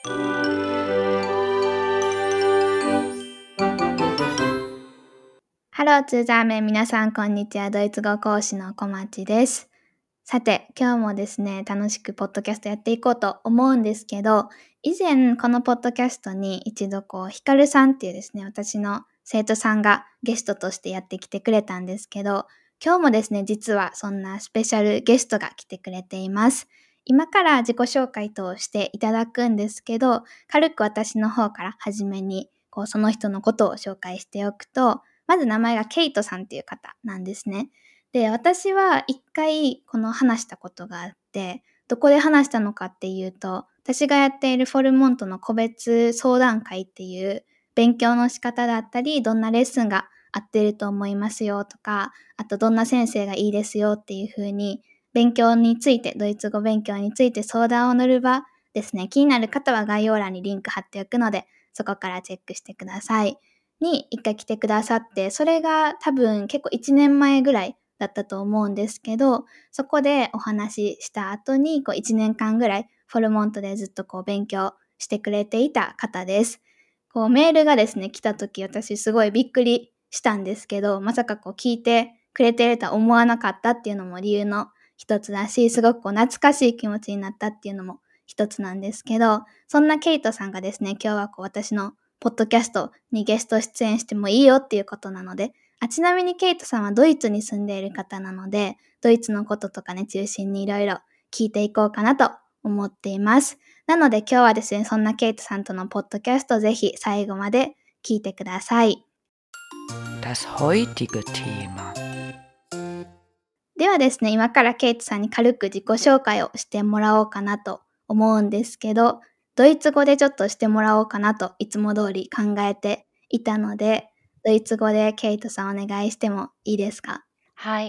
ハローツーザーメン、皆さんこんにちは。ドイツ語講師の小町です。さて、今日もですね、楽しくポッドキャストやっていこうと思うんですけど、以前このポッドキャストに一度ヒカルさんっていうですね、私の生徒さんがゲストとしてやってきてくれたんですけど、今日もですね、実はそんなスペシャルゲストが来てくれています。今から自己紹介としていただくんですけど、軽く私の方から初めにその人のことを紹介しておくと、まず名前がケイトさんっていう方なんですね。で、私は一回話したことがあって、どこで話したのかっていうと、私がやっているフォルモントの個別相談会っていう勉強の仕方だったり、どんなレッスンが合ってると思いますよとか、あとどんな先生がいいですよっていう風に、勉強について、ドイツ語勉強について相談を乗る場ですね。気になる方は概要欄にリンク貼っておくので、そこからチェックしてください。に一回来てくださって、それが多分結構1年前ぐらいだったと思うんですけど、そこでお話しした後に1年間ぐらいフォルモントでずっと勉強してくれていた方です。メールがですね、来た時私すごいびっくりしたんですけど、まさか聞いてくれてるとは思わなかったっていうのも理由の一つだし、すごく懐かしい気持ちになったっていうのも一つなんですけど、そんなケイトさんがですね、今日は私のポッドキャストにゲスト出演してもいいよっていうことなので、ちなみにケイトさんはドイツに住んでいる方なので、ドイツのこととかね、中心にいろいろ聞いていこうかなと思っています。なので今日はですね、そんなケイトさんとのポッドキャストぜひ最後まで聞いてください。 Das heutige Thema。 ではですね、今からケイトさんに軽く自己紹介をしてもらおうかなと思うんですけど、ドイツ語でちょっとしてもらおうかなといつも通り考えていたので、ドイツ語でケイトさんお願いしてもいいですか？ Hi,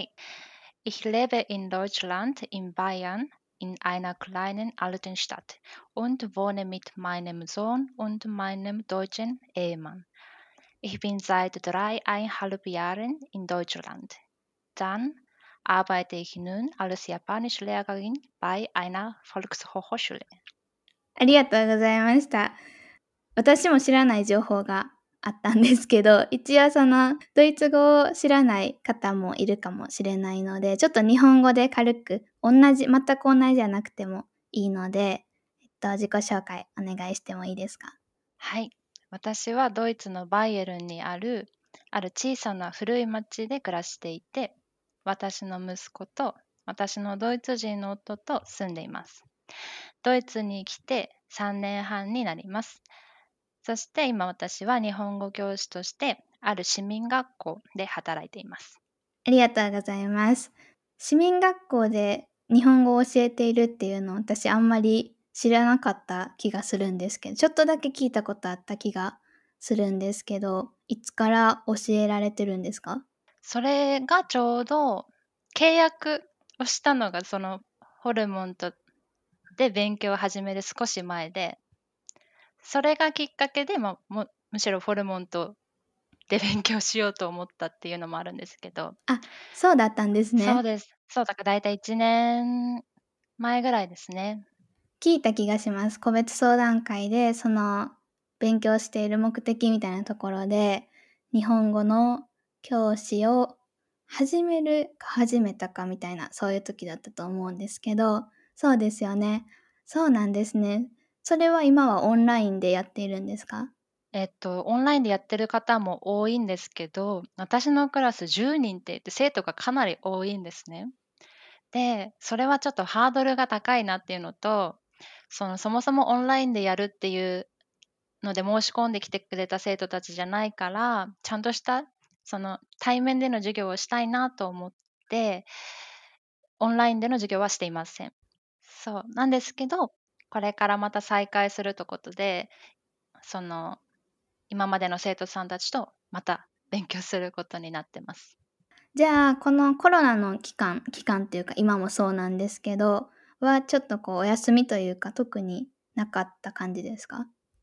ich lebe in Deutschland, in Bayern, in einer kleinen alten Stadt und wohne mit meinem Sohn und meinem deutschen Ehemann. Ich bin seit 3,5 Jahren in Deutschland. Dann arbeite ich nun als Japanischlehrerin bei einer Volkshochschule. ありがとうございました。私も知らない情報があったんですけど、一応ドイツ語を知らない方もいるかもしれないので、ちょっと日本語で軽く全く同じじゃなくてもいいので、自己紹介お願いしてもいいですか？ はい。私はドイツのバイエルンにある小さな古い町で暮らしていて、私の息子と私のドイツ人の夫と住んでいます。ドイツに来て3年半になります。そして今私は日本語教師としてある市民学校で働いています。 ありがとうございます。市民学校で日本語を教えているっていうのを私あんまり知らなかった気がするんですけど、ちょっとだけ聞いたことあった気がするんですけど、いつから教えられてるんですか？ それがちょうど契約をしたのがそのホルモンとで勉強を始める少し前で、それがきっかけで、むしろフォルモントで勉強しようと思ったっていうのもあるんですけど、 あ、そうだったんですね。 そうです。そう、だからだいたい1年前ぐらいですね。 聞いた気がします。個別相談会で、勉強している目的みたいなところで、日本語の教師を始めるか始めたかみたいな、そういう時だったと思うんですけど、そうですよね。そうなんですね。それは今はオンラインでやっているんですか？ オンラインでやってる方も多いんですけど、私のクラス10人って言って生徒がかなり多いんですね。で、それはちょっとハードルが高いなっていうのと、そもそもオンラインでやるっていうので申し込んできてくれた生徒たちじゃないから、ちゃんとした対面での授業をしたいなと思って、オンラインでの授業はしていません。そうなんですけど、これからまた再開するということで、その今までの生徒さんたちとまた勉強することになってます。 じゃあ、このコロナの期間っていうか、今もそうなんですけど、ちょっとお休みというか、特になかった感じですか？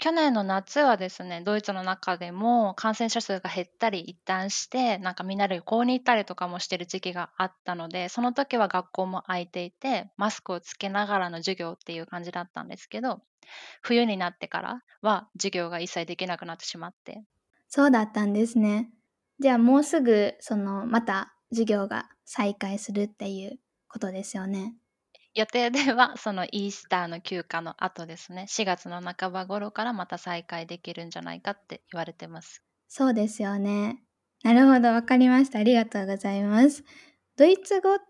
去年の夏はですね、ドイツの中でも感染者数が減ったり一旦して、なんかみんなで旅行に行ったりとかもしてる時期があったので、その時は学校も開いていて、マスクをつけながらの授業っていう感じだったんですけど、冬になってからは授業が一切できなくなってしまって、 そうだったんですね。じゃあもうすぐ、また授業が再開するっていうことですよね。 予定ではそのイースターの休暇の後ですね、4月の半ば頃からまた再開できるんじゃないかって言われてます。 そうですよね。なるほど、わかりました。ありがとうございます。ドイツ語って、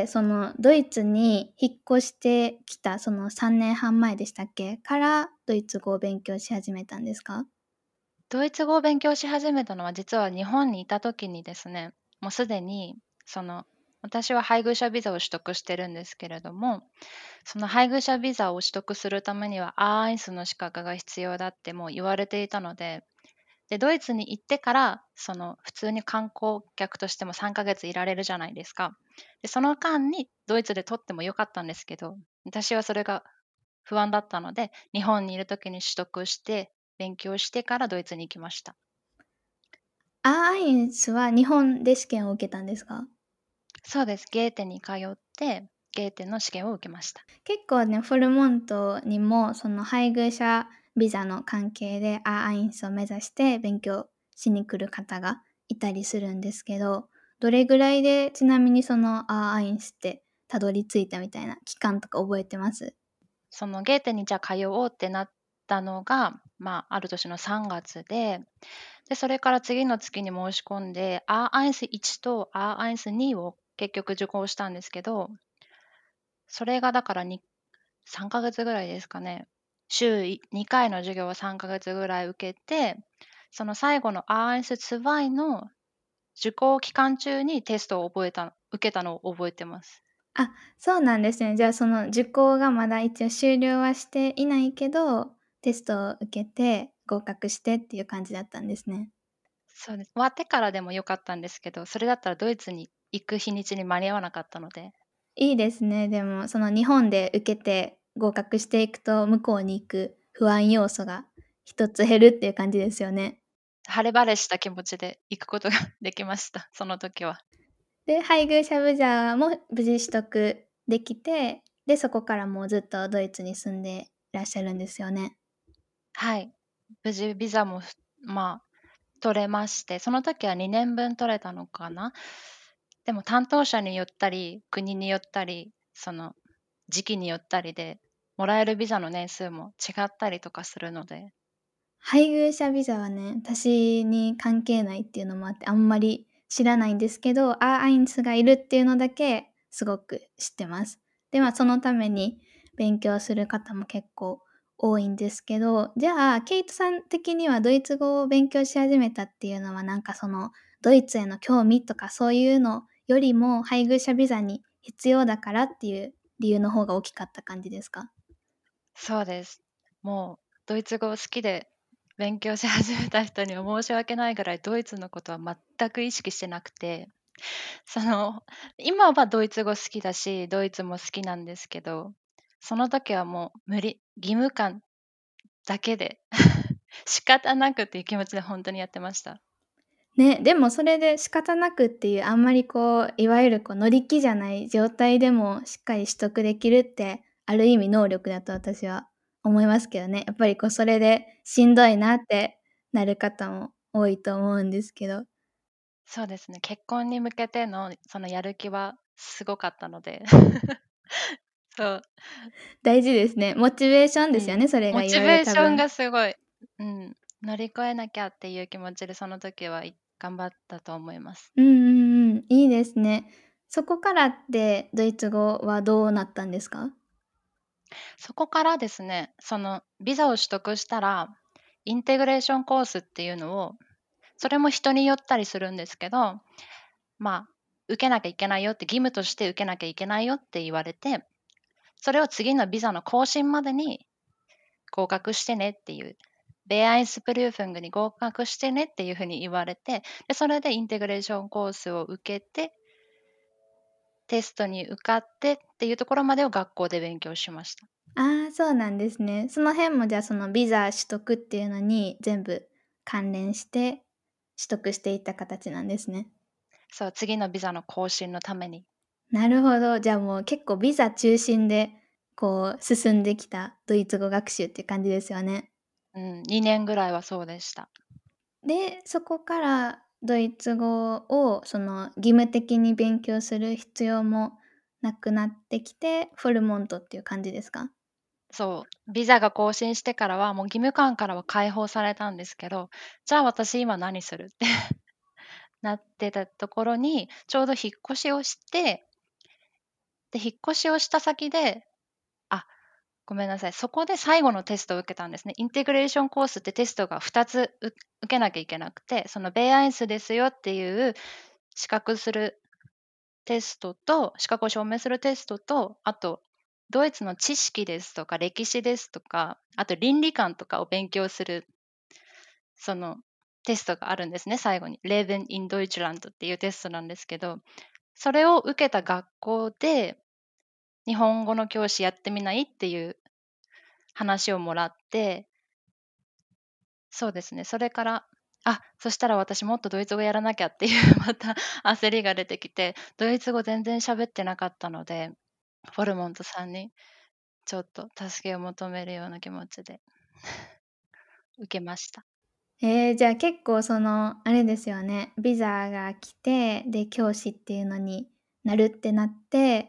ドイツに引っ越してきた、3年半前でしたっけから、ドイツ語を勉強し始めたんですか？ ドイツ語を勉強し始めたのは実は日本にいた時にですね、もうすでにその私は配偶者ビザを取得してるんですけれども、その配偶者ビザを取得するためにはアーアインスの資格が必要だってもう言われていたので、ドイツに行ってから普通に観光客としても3ヶ月いられるじゃないですか。で、その間にドイツで取ってもよかったんですけど、私はそれが不安だったので、日本にいる時に取得して、勉強してからドイツに行きました。 アーアインスは日本で試験を受けたんですか？ そうです。ゲーテに通って、ゲーテの試験を受けました。 結構ね、フォルモントにも、配偶者ビザの関係でアーアインスを目指して勉強しに来る方がいたりするんですけど、どれぐらいでちなみにアーアインスってたどり着いたみたいな期間とか覚えてます？ そのゲーテにじゃあ通おうってなったのが、ある年の3月で、それから次の月に申し込んで、アーアインス1とアーアインス2を結局受講したんですけど、それがだから3ヶ月ぐらいですかね。週2回の授業を3ヶ月ぐらい受けて、その最後のアーアインス2の受講期間中にテストを受けたのを覚えてます。 あ、そうなんですね。じゃあ受講がまだ一応終了はしていないけど、テストを受けて合格してっていう感じだったんですね。 そうです。終わってからでも良かったんですけど、それだったらドイツに行く日にちに間に合わなかったので、 いいですね。でも、日本で受けて合格していくと、向こうに行く不安要素が一つ減るっていう感じですよね。 晴れ晴れした気持ちで行くことができました、その時は。 で、配偶者ビザも無事取得できて、で、そこからもうずっとドイツに住んでいらっしゃるんですよね。 はい。無事ビザも取れまして、その時は2年分取れたのかな。でも担当者によったり、国によったり、その時期によったりで、もらえるビザの年数も違ったりとかするので、 配偶者ビザはね、私に関係ないっていうのもあって、あんまり知らないんですけど、アーアインスがいるっていうのだけすごく知ってます。で、そのために勉強する方も結構多いんですけど、じゃあ、ケイトさん的にはドイツ語を勉強し始めたっていうのは、ドイツへの興味とかそういうのよりも、配偶者ビザに必要だからっていう理由の方が大きかった感じですか？ そうです。もうドイツ語を好きで勉強し始めた人には申し訳ないぐらいドイツのことは全く意識してなくて、その、今はドイツ語好きだし、ドイツも好きなんですけど、その時はもう義務感だけで仕方なくっていう気持ちで本当にやってました。 ね、でもそれで仕方なくっていう、あんまりいわゆる乗り気じゃない状態でもしっかり取得できるって、ある意味能力だと私は思いますけどね。やっぱりそれでしんどいなってなる方も多いと思うんですけど、 そうですね、結婚に向けてのそのやる気はすごかったので。そう、 大事ですね。モチベーションうん。 ですよね、それモがいろいろチベーション多分。 がすごい、うん、乗り越えなきゃっていう気持ちでその時は頑張ったと思います。 うんうんうん、いいですね。そこからってドイツ語はどうなったんですか？ そこからですね、そのビザを取得したら、インテグレーションコースっていうのを、それも人によったりするんですけど、受けなきゃいけないよって、義務として受けなきゃいけないよって言われて、それを次のビザの更新までに合格してねっていう、ベアインスプリューフングに合格してねっていうふうに言われて、で、それでインテグレーションコースを受けて、テストに受かってっていうところまでを学校で勉強しました。 ああ、そうなんですね。その辺もじゃあそのビザ取得っていうのに全部関連して取得していった形なんですね。 そう、次のビザの更新のために。 なるほど。じゃあもう結構ビザ中心でこう進んできたドイツ語学習っていう感じですよね。 2年ぐらいはそうでした。 で、そこからドイツ語をその義務的に勉強する必要もなくなってきて、フォルモントっていう感じですか？ そう、ビザが更新してからは、もう義務感からは解放されたんですけど、じゃあ私今何するってなってたところに、ちょうど引っ越しをして、で、引っ越しをした先で、あ、ごめんなさい、そこで最後のテストを受けたんですね。インテグレーションコースってテストが2つ受けなきゃいけなくて、そのベアインスですよっていう資格するテストと、資格を証明するテストと、あと、ドイツの知識ですとか歴史ですとか、あと倫理観とかを勉強する、そのテストがあるんですね、最後に。Leben in Deutschland っていうテストなんですけど、それを受けた学校で、日本語の教師やってみないっていう話をもらって、そうですね、それから、そしたら私もっとドイツ語やらなきゃっていうまた焦りが出てきて、ドイツ語全然喋ってなかったので、フォルモントさんにちょっと助けを求めるような気持ちで受けました。 じゃあ結構その、あれですよね、ビザが来て、で、教師っていうのになるってなって、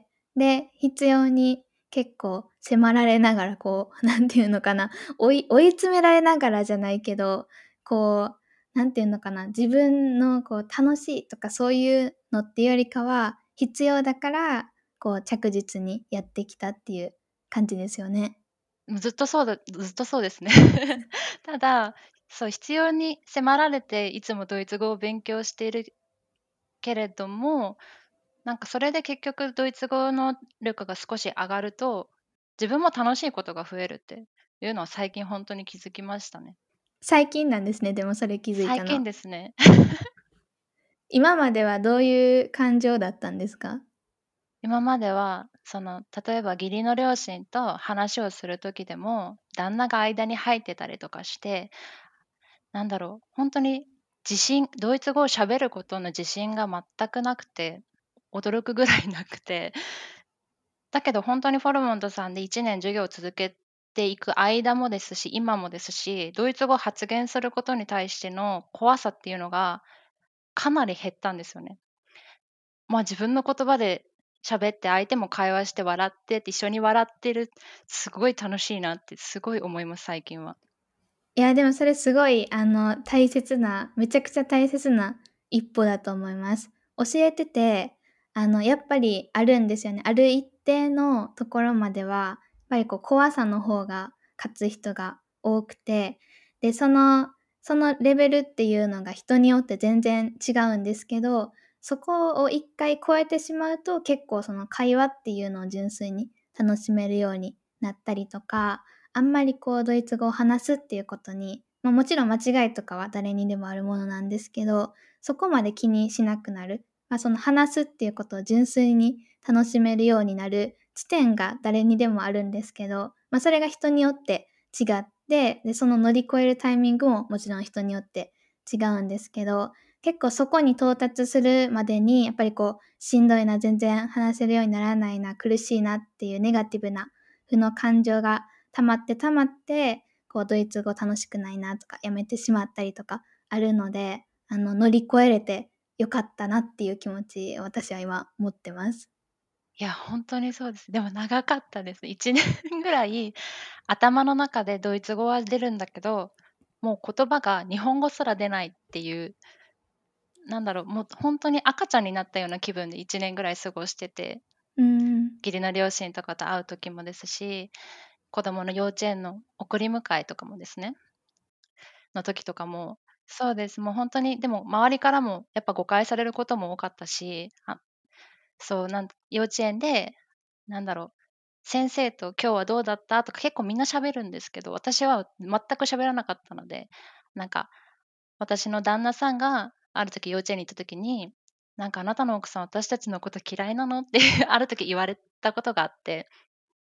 で、必要に結構迫られながらこう、なんていうのかな、追い詰められながらじゃないけど、こう、なんていうのかな、自分のこう楽しいとかそういうのっていうよりかは、必要だから、こう着実にやってきたっていう感じですよね。 ずっとそうですね。ただ、そう、必要に迫られていつもドイツ語を勉強しているけれども、なんかそれで結局ドイツ語の力が少し上がると、自分も楽しいことが増えるっていうのは最近本当に気づきましたね。 最近なんですね、でもそれ気づい最たの。 近ですね。 今まではどういう感情だったんですか？ 今までは、例えば義理の両親と話をする時でも、旦那が間に入ってたりとかして、本当にドイツ語を喋ることの自信が全くなくて、驚くぐらいなくて、だけど本当にフォルモントさんで1年授業を続けていく間もですし、今もですし、ドイツ語を発言することに対しての怖さっていうのがかなり減ったんですよね。自分の言葉で喋って相手も会話して笑ってって一緒に笑ってる、すごい楽しいなってすごい思います、最近は。 いや、でもそれすごい、大切な、めちゃくちゃ大切な一歩だと思います。教えてて、やっぱりあるんですよね。ある一定のところまでは、やっぱりこう怖さの方が勝つ人が多くて、で、そのレベルっていうのが人によって全然違うんですけど、そこを一回超えてしまうと、結構その会話っていうのを純粋に楽しめるようになったりとか、あんまりこうドイツ語を話すっていうことに、もちろん間違いとかは誰にでもあるものなんですけど、そこまで気にしなくなる。その話すっていうことを純粋に楽しめるようになる地点が誰にでもあるんですけど、それが人によって違って、で、その乗り越えるタイミングももちろん人によって違うんですけど、結構そこに到達するまでに、やっぱりこう、しんどいな、全然話せるようにならないな、苦しいなっていうネガティブな負の感情が溜まって溜まって、こうドイツ語楽しくないなとか、やめてしまったりとかあるので、乗り越えれて良かったなっていう気持ち、私は今持ってます。 いや、本当にそうです。でも長かったです。1年ぐらい頭の中でドイツ語は出るんだけど、もう言葉が日本語すら出ないっていう、もう本当に赤ちゃんになったような気分で1年ぐらい過ごしてて、 うーん。 義理の両親とかと会う時もですし、子供の幼稚園の送り迎えとかもですね、の時とかも、そうです、もう本当に、でも周りからもやっぱ誤解されることも多かったし、幼稚園で、なんだろう、先生と今日はどうだったとか結構みんな喋るんですけど、私は全く喋らなかったので、なんか、私の旦那さんがある時幼稚園に行った時に、あなたの奥さん私たちのこと嫌いなのってある時言われたことがあって、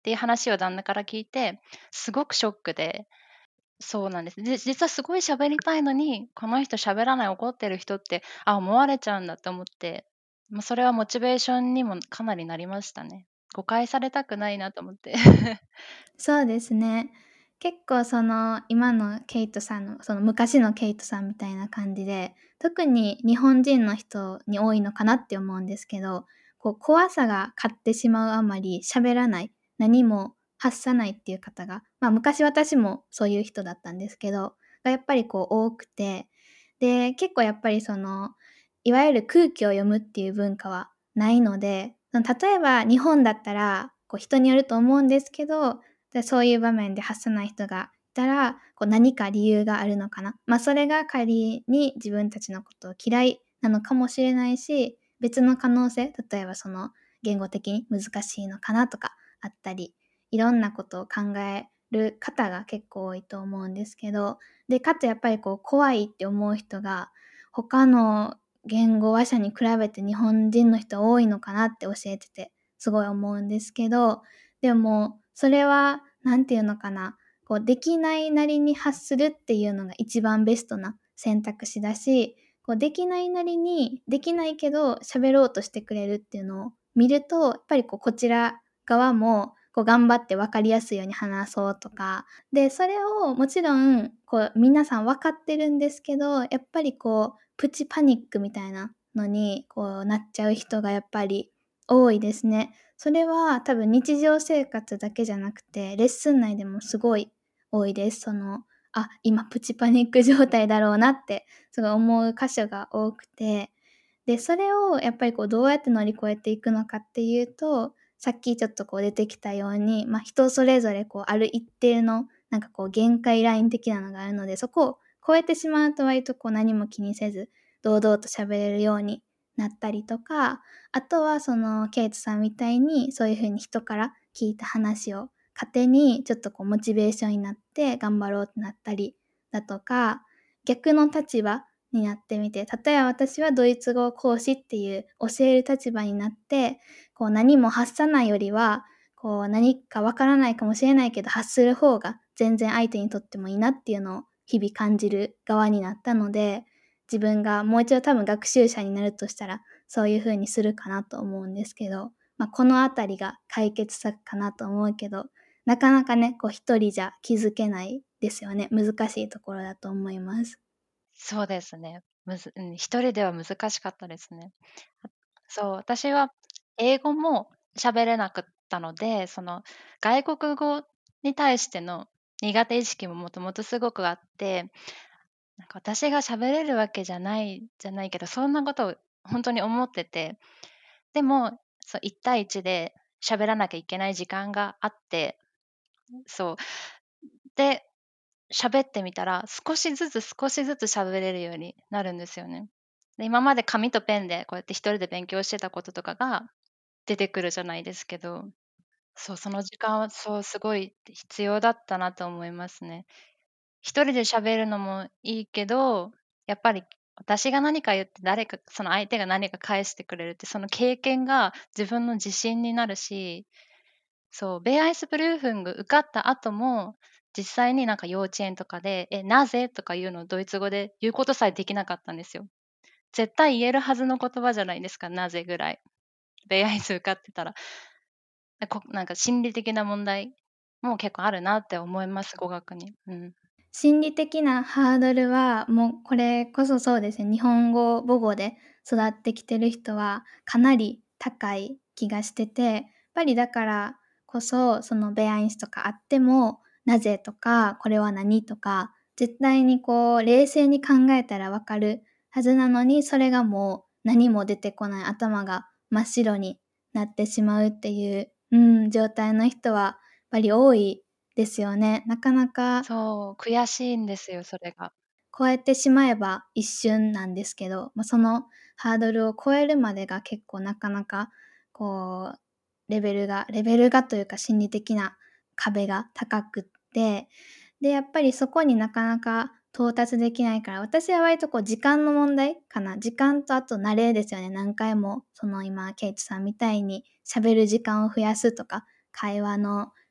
っていう話を旦那から聞いて、すごくショックで、そうなんです。で、実はすごい喋りたいのに、この人喋らない、怒ってる人って、思われちゃうんだって思って、それはモチベーションにもかなりなりましたね。誤解されたくないなと思って。 そうですね。結構その今のケイトさんの、その昔のケイトさんみたいな感じで、特に日本人の人に多いのかなって思うんですけど、こう怖さが勝ってしまうあまり喋らない、何も発さないっていう方が、昔私もそういう人だったんですけど、がやっぱりこう多くて、で、結構やっぱりその、いわゆる空気を読むっていう文化はないので、その例えば日本だったら、こう人によると思うんですけど、そういう場面で発さない人がいたら、こう何か理由があるのかな。それが仮に自分たちのことを嫌いなのかもしれないし、別の可能性、例えばその言語的に難しいのかなとかあったり、いろんなことを考える方が結構多いと思うんですけど、で、かつやっぱりこう怖いって思う人が他の言語話者に比べて日本人の人多いのかなって教えててすごい思うんですけど、でもそれは何て言うのかな、こうできないなりに発するっていうのが一番ベストな選択肢だし、こうできないなりに、できないけど喋ろうとしてくれるっていうのを見ると、やっぱりこちら側もこう頑張って分かりやすいように話そうとか、で、それをもちろん皆さん分かってるんですけど、やっぱりプチパニックみたいなのになっちゃう人がやっぱり多いですね。それは多分日常生活だけじゃなくて、レッスン内でもすごい多いです。今プチパニック状態だろうなってすごい思う箇所が多くて、で、それをやっぱりどうやって乗り越えていくのかっていうと、さっきちょっと出てきたように、人それぞれある一定の限界ライン的なのがあるので、そこを超えてしまうと割と何も気にせず、堂々と喋れるようになったりとか、あとはそのケイトさんみたいにそういう風に人から聞いた話を糧にちょっとモチベーションになって頑張ろうってなったりだとか、逆の立場になってみて、例えば私はドイツ語講師っていう教える立場になって、何も発さないよりは、何かわからないかもしれないけど発する方が全然相手にとってもいいなっていうのを日々感じる側になったので、自分がもう一度多分学習者になるとしたら、そういう風にするかなと思うんですけど、このあたりが解決策かなと思うけど、なかなかね、一人じゃ気づけないですよね。難しいところだと思います。 そうですね。一人では難しかったですね。そう、私は英語も喋れなかったので、その外国語に対しての苦手意識ももともとすごくあって、なんか私が喋れるわけじゃないけど、そんなことを本当に思ってて、でも、そう1対1で喋らなきゃいけない時間があって、そう。で、喋ってみたら、少しずつ喋れるようになるんですよね。で、今まで紙とペンでこうやって一人で勉強してたこととかが出てくるじゃないですけど、そう、その時間は、そう、すごい必要だったなと思いますね。一人で喋るのもいいけど、やっぱり私が何か言ってその相手が何か返してくれるって、その経験が自分の自信になるし、そう、ベイアイスプルーフング受かった後も、実際になんか幼稚園とかで、なぜとかいうのをドイツ語で言うことさえできなかったんですよ。絶対言えるはずの言葉じゃないですか、なぜぐらい。ベイアイス受かってたら。なんか心理的な問題も結構あるなって思います、語学に。うん。 心理的なハードルは、もうこれこそそうですね、日本語母語で育ってきてる人はかなり高い気がしてて、やっぱりだからこそ、そのベアインスとかあっても、なぜとか、これは何とか、絶対に冷静に考えたらわかるはずなのに、それがもう何も出てこない、頭が真っ白になってしまうっていう、状態の人はやっぱり多いですよね。なかなかそう、悔しいんですよ、それが。 超えてしまえば一瞬なんですけど、そのハードルを超えるまでが結構なかなか、レベルがというか心理的な壁が高くって、で、やっぱりそこになかなか到達できないから、私は割と時間の問題かな。時間とあと慣れですよね。何回も、今、ケイトさんみたいに喋る時間を増やすとか、会話の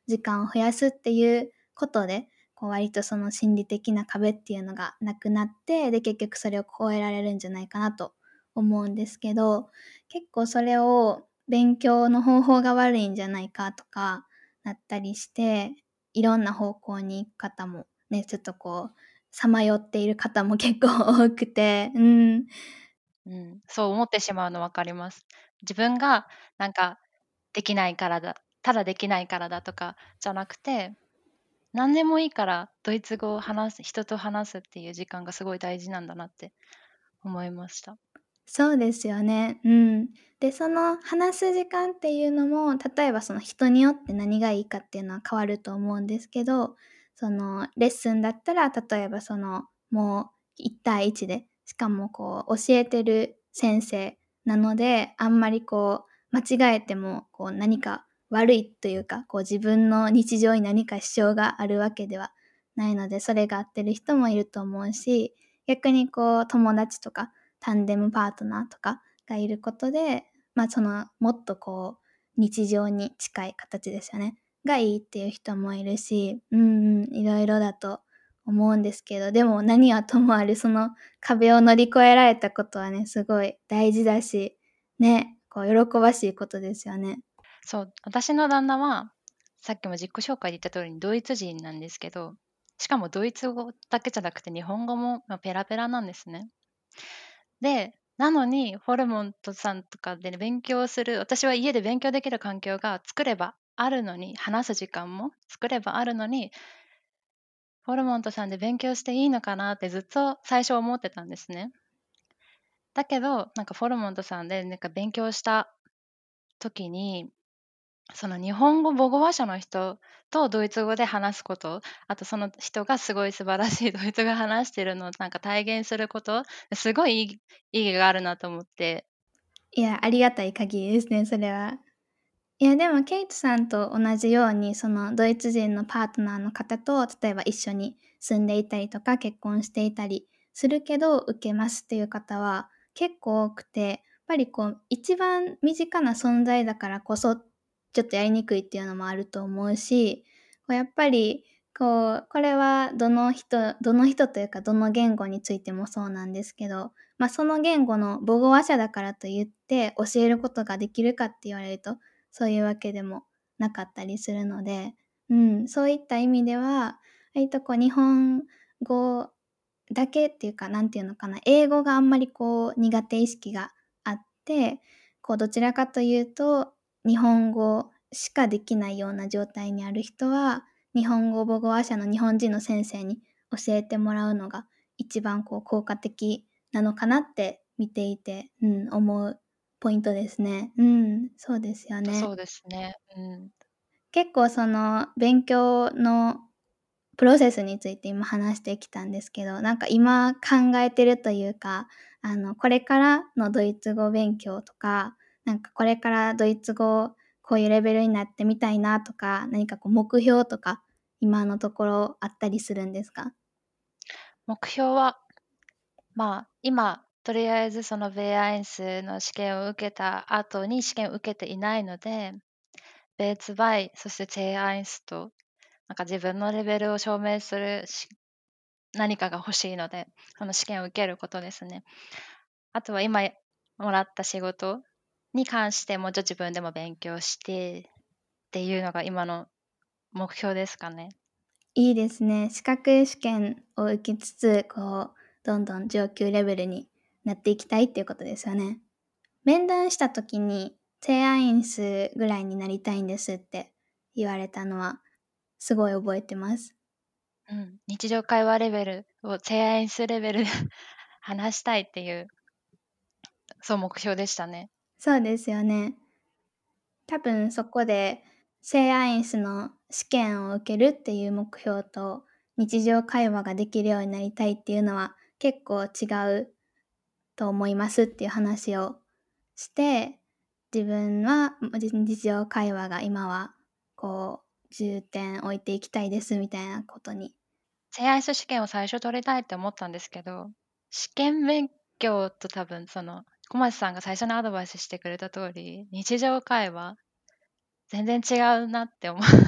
時間を増やすっていうことで、こう割とその心理的な壁っていうのがなくなって、で、結局それを超えられるんじゃないかなと思うんですけど、結構それを勉強の方法が悪いんじゃないかとかなったりして、いろんな方向に行く方もね、ちょっとこう、さまよっている方も結構多くて、 そう思ってしまうの分かります。自分がなんかできないからだただできないからだとかじゃなくて、何でもいいからドイツ語を人と話すっていう時間がすごい大事なんだなって思いました。 そうですよね。で、その話す時間っていうのも、例えばその人によって何がいいかっていうのは変わると思うんですけど、そのレッスンだったら、例えばその、もう1対1で、しかもこう教えてる先生なので、あんまりこう間違えてもこう何か悪いというか、こう自分の日常に何か支障があるわけではないので、それが合ってる人もいると思うし、逆にこう友達とかタンデムパートナーとかがいることで、その、もっとこう、日常に近い形ですよね。がいいっていう人もいるし、いろいろだと思うんですけど、でも何はともあれその壁を乗り越えられたことはね、すごい大事だし、ね、こう喜ばしいことですよね。 そう、私の旦那は、さっきも自己紹介で言った通りにドイツ人なんですけど、しかもドイツ語だけじゃなくて日本語も、ペラペラなんですね。で、なのにホルモントさんとかで勉強する私は家で勉強できる環境が作ればあるのに、話す時間も作ればあるのに、ホルモントさんで勉強していいのかなってずっと最初思ってたんですね。だけど、なんかフォルモントさんでなんか勉強した時に、その日本語母語話者の人とドイツ語で話すこと、あとその人がすごい素晴らしいドイツ語話してるのをなんか体現すること、すごい意義があるなと思って。 いや、ありがたい限りですね、それは。いや、でもケイトさんと同じように、そのドイツ人のパートナーの方と、例えば一緒に住んでいたりとか、結婚していたりするけど、受けますっていう方は結構多くて、やっぱりこう、一番身近な存在だからこそ、ちょっとやりにくいっていうのもあると思うし、こうやっぱり、こう、これはどの人というか、どの言語についてもそうなんですけど、その言語の母語話者だからといって教えることができるかって言われると、そういうわけでもなかったりするので、そういった意味では、割とこう日本語だけっていうか、なんていうのかな、英語があんまりこう苦手意識があって、こうどちらかというと、日本語しかできないような状態にある人は、日本語母語話者の日本人の先生に教えてもらうのが一番こう効果的なのかなって見ていて、思うポイントですね。そうですよね。 そうですね。 結構その勉強のプロセスについて今話してきたんですけど、なんか今考えてるというか、これからのドイツ語勉強とか、なんかこれからドイツ語こういうレベルになってみたいなとか、何かこう目標とか、今のところあったりするんですか？ 目標は、今、とりあえずその B1 の試験を受けた後に試験を受けていないので、B2、そして C1 と、なんか自分のレベルを証明する何かが欲しいので、その試験を受けることですね。あとは今もらった仕事に関してもうちょっと自分でも勉強してっていうのが今の目標ですかね。 いいですね。資格試験を受けつつ、こう、どんどん上級レベルになっていきたいっていうことですよね。面談した時に、チェアインスぐらいになりたいんですって言われたのは、すごい覚えてます。 日常会話レベルをチェアインスレベルで話したいっていう、そう目標でしたね。 そうですよね。多分そこで、チェアインスの試験を受けるっていう目標と、日常会話ができるようになりたいっていうのは結構違うと思いますっていう話をして、自分は日常会話が今はこう重点置いていきたいですみたいなことに。 チェアインス試験を最初取りたいって思ったんですけど、試験勉強と多分その小松さんが最初にアドバイスしてくれた通り、日常会話全然違うなって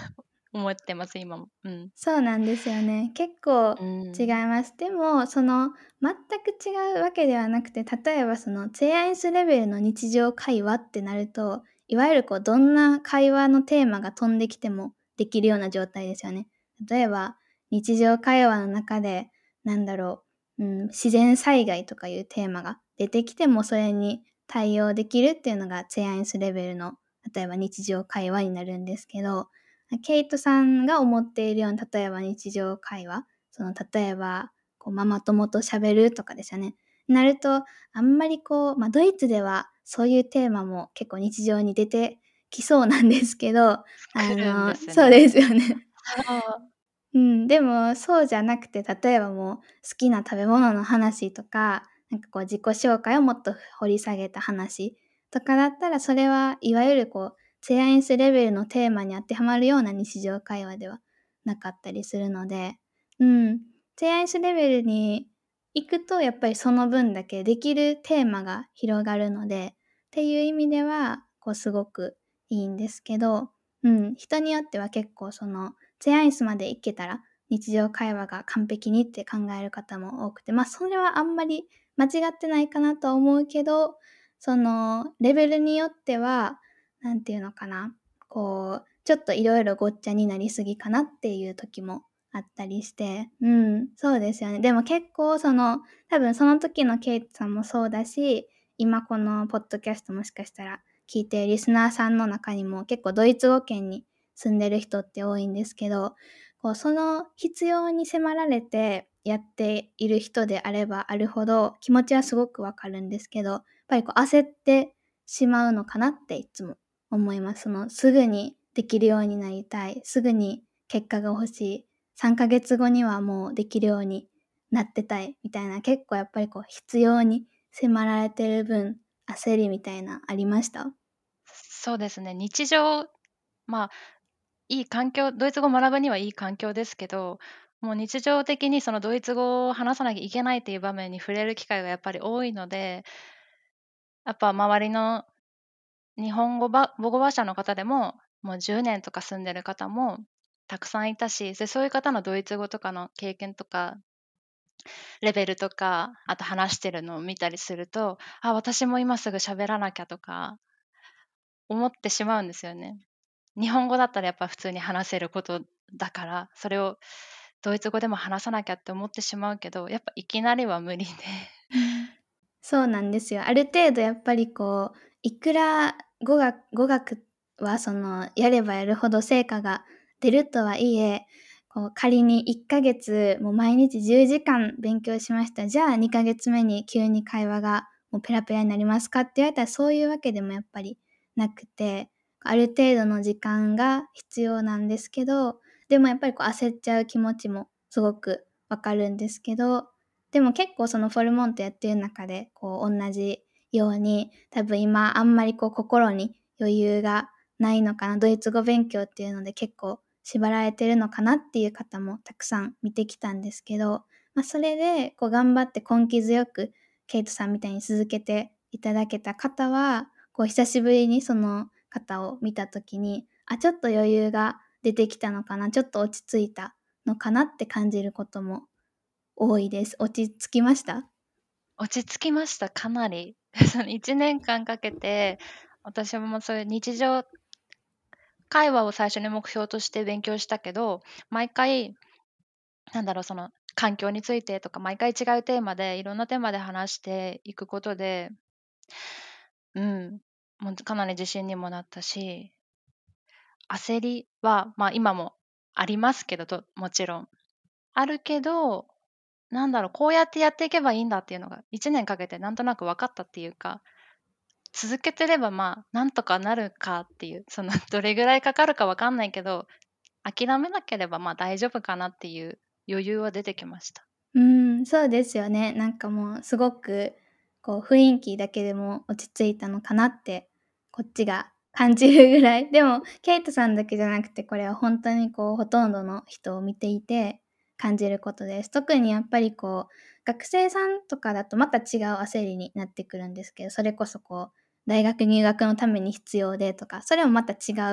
思ってます、今も。 そうなんですよね。結構う違いん。 ます。でも、全く違うわけではなくて、例えばチェアインスレベルの日常会話ってなると、いわゆるどんな会話のテーマが飛んできてもできるような状態ですよね。例えば、日常会話の中で、なんだろ自然災害とかいうテーマが出てきても、それに対応できるっていうのがチェアインスレベルの、例えば日常会話になるんですけど、ケイトさんが思っているような、例えば日常会話、例えば、ママ友と喋るとかですよね。なると、あんまりドイツではそういうテーマも結構日常に出てきそうなんですけど、 来るんですそうですね。 よね。 そう。 でもそうじゃなくて、例えばもう好きな食べ物の話とか、自己紹介をもっと掘り下げた話とかだったら、それはいわゆるチェアインスレベルのテーマに当てはまるような日常会話ではなかったりするので、チェアインスレベルに行くとやっぱりその分だけできるテーマが広がるので、っていう意味では、すごくいいんですけど、人によっては結構チェアイスまで行けたら、日常会話が完璧にって考える方も多くて、それはあんまり間違ってないかなとは思うけど、レベルによっては、なんていうのかな、ちょっといろいろごっちゃになりすぎかなっていう時もあったりして、そうですよね。でも結構多分その時のケイトさんもそうだし、今このポッドキャストもしかしたら聞いているリスナーさんの中にも結構ドイツ語圏に住んでる人って多いんですけど、その必要に迫られてやっている人であればあるほど気持ちはすごくわかるんですけど、やっぱり焦ってしまうのかなっていつも思います。すぐにできるようになりたい、すぐに結果が欲しい、3ヶ月後にはもうできるようになってたいみたいな、結構やっぱり必要に迫られてる分、焦りみたいなありました？ そうですね、日常、まあ、いい環境ドイツ語を学ぶにはいい環境ですけど、もう日常的にそのドイツ語を話さなきゃいけないっていう場面に触れる機会がやっぱり多いので、やっぱ周りの日本語母語話者の方でも、もう10年とか住んでる方もたくさんいたし、そういう方のドイツ語とかの経験とか、レベルとか、あと話してるのを見たりすると、あ、私も今すぐ喋らなきゃとか思ってしまうんですよね。日本語だったらやっぱ普通に話せることだから、それをドイツ語でも話さなきゃって思ってしまうけど、やっぱいきなりは無理で。 そうなんですよ。ある程度やっぱりいくら語学はやればやるほど成果が出るとはいえ、仮に1ヶ月もう毎日10時間勉強しました。じゃあ2ヶ月目に急に会話がもうペラペラになりますかって言われたらそういうわけでもやっぱりなくて、ある程度の時間が必要なんですけど、でもやっぱり焦っちゃう気持ちもすごくわかるんですけど、でも結構フォルモントやってる中で、同じように、多分今あんまり心に余裕がないのかな、ドイツ語勉強っていうので結構縛られてるのかなっていう方もたくさん見てきたんですけど、それで頑張って根気強くケイトさんみたいに続けていただけた方は、久しぶりにその方を見た時に、あ、ちょっと余裕が出てきたのかな、ちょっと落ち着いたのかなって感じることも多いです。落ち着きました？ 落ち着きました、かなり。その1年間かけて、私もそういう日常会話を最初に目標として勉強したけど、毎回、その環境についてとか、毎回違うテーマで、いろんなテーマで話していくことで、うん、もうかなり自信にもなったし、焦りは、今もありますけど、もちろん。あるけど、こうやってやっていけばいいんだっていうのが、1年かけてなんとなく分かったっていうか、続けてれば、なんとかなるかっていう、どれぐらいかかるか分かんないけど、諦めなければ、大丈夫かなっていう余裕は出てきました。 そうですよね。もうすごく、雰囲気だけでも落ち着いたのかなって、こっちが感じるぐらい。でも、ケイトさんだけじゃなくて、これはほんとにほとんどの人を見ていて感じることです。特にやっぱり学生さんとかだとまた違う焦りになってくるんですけど、それこそ大学入学のために必要でとか、それもまた違う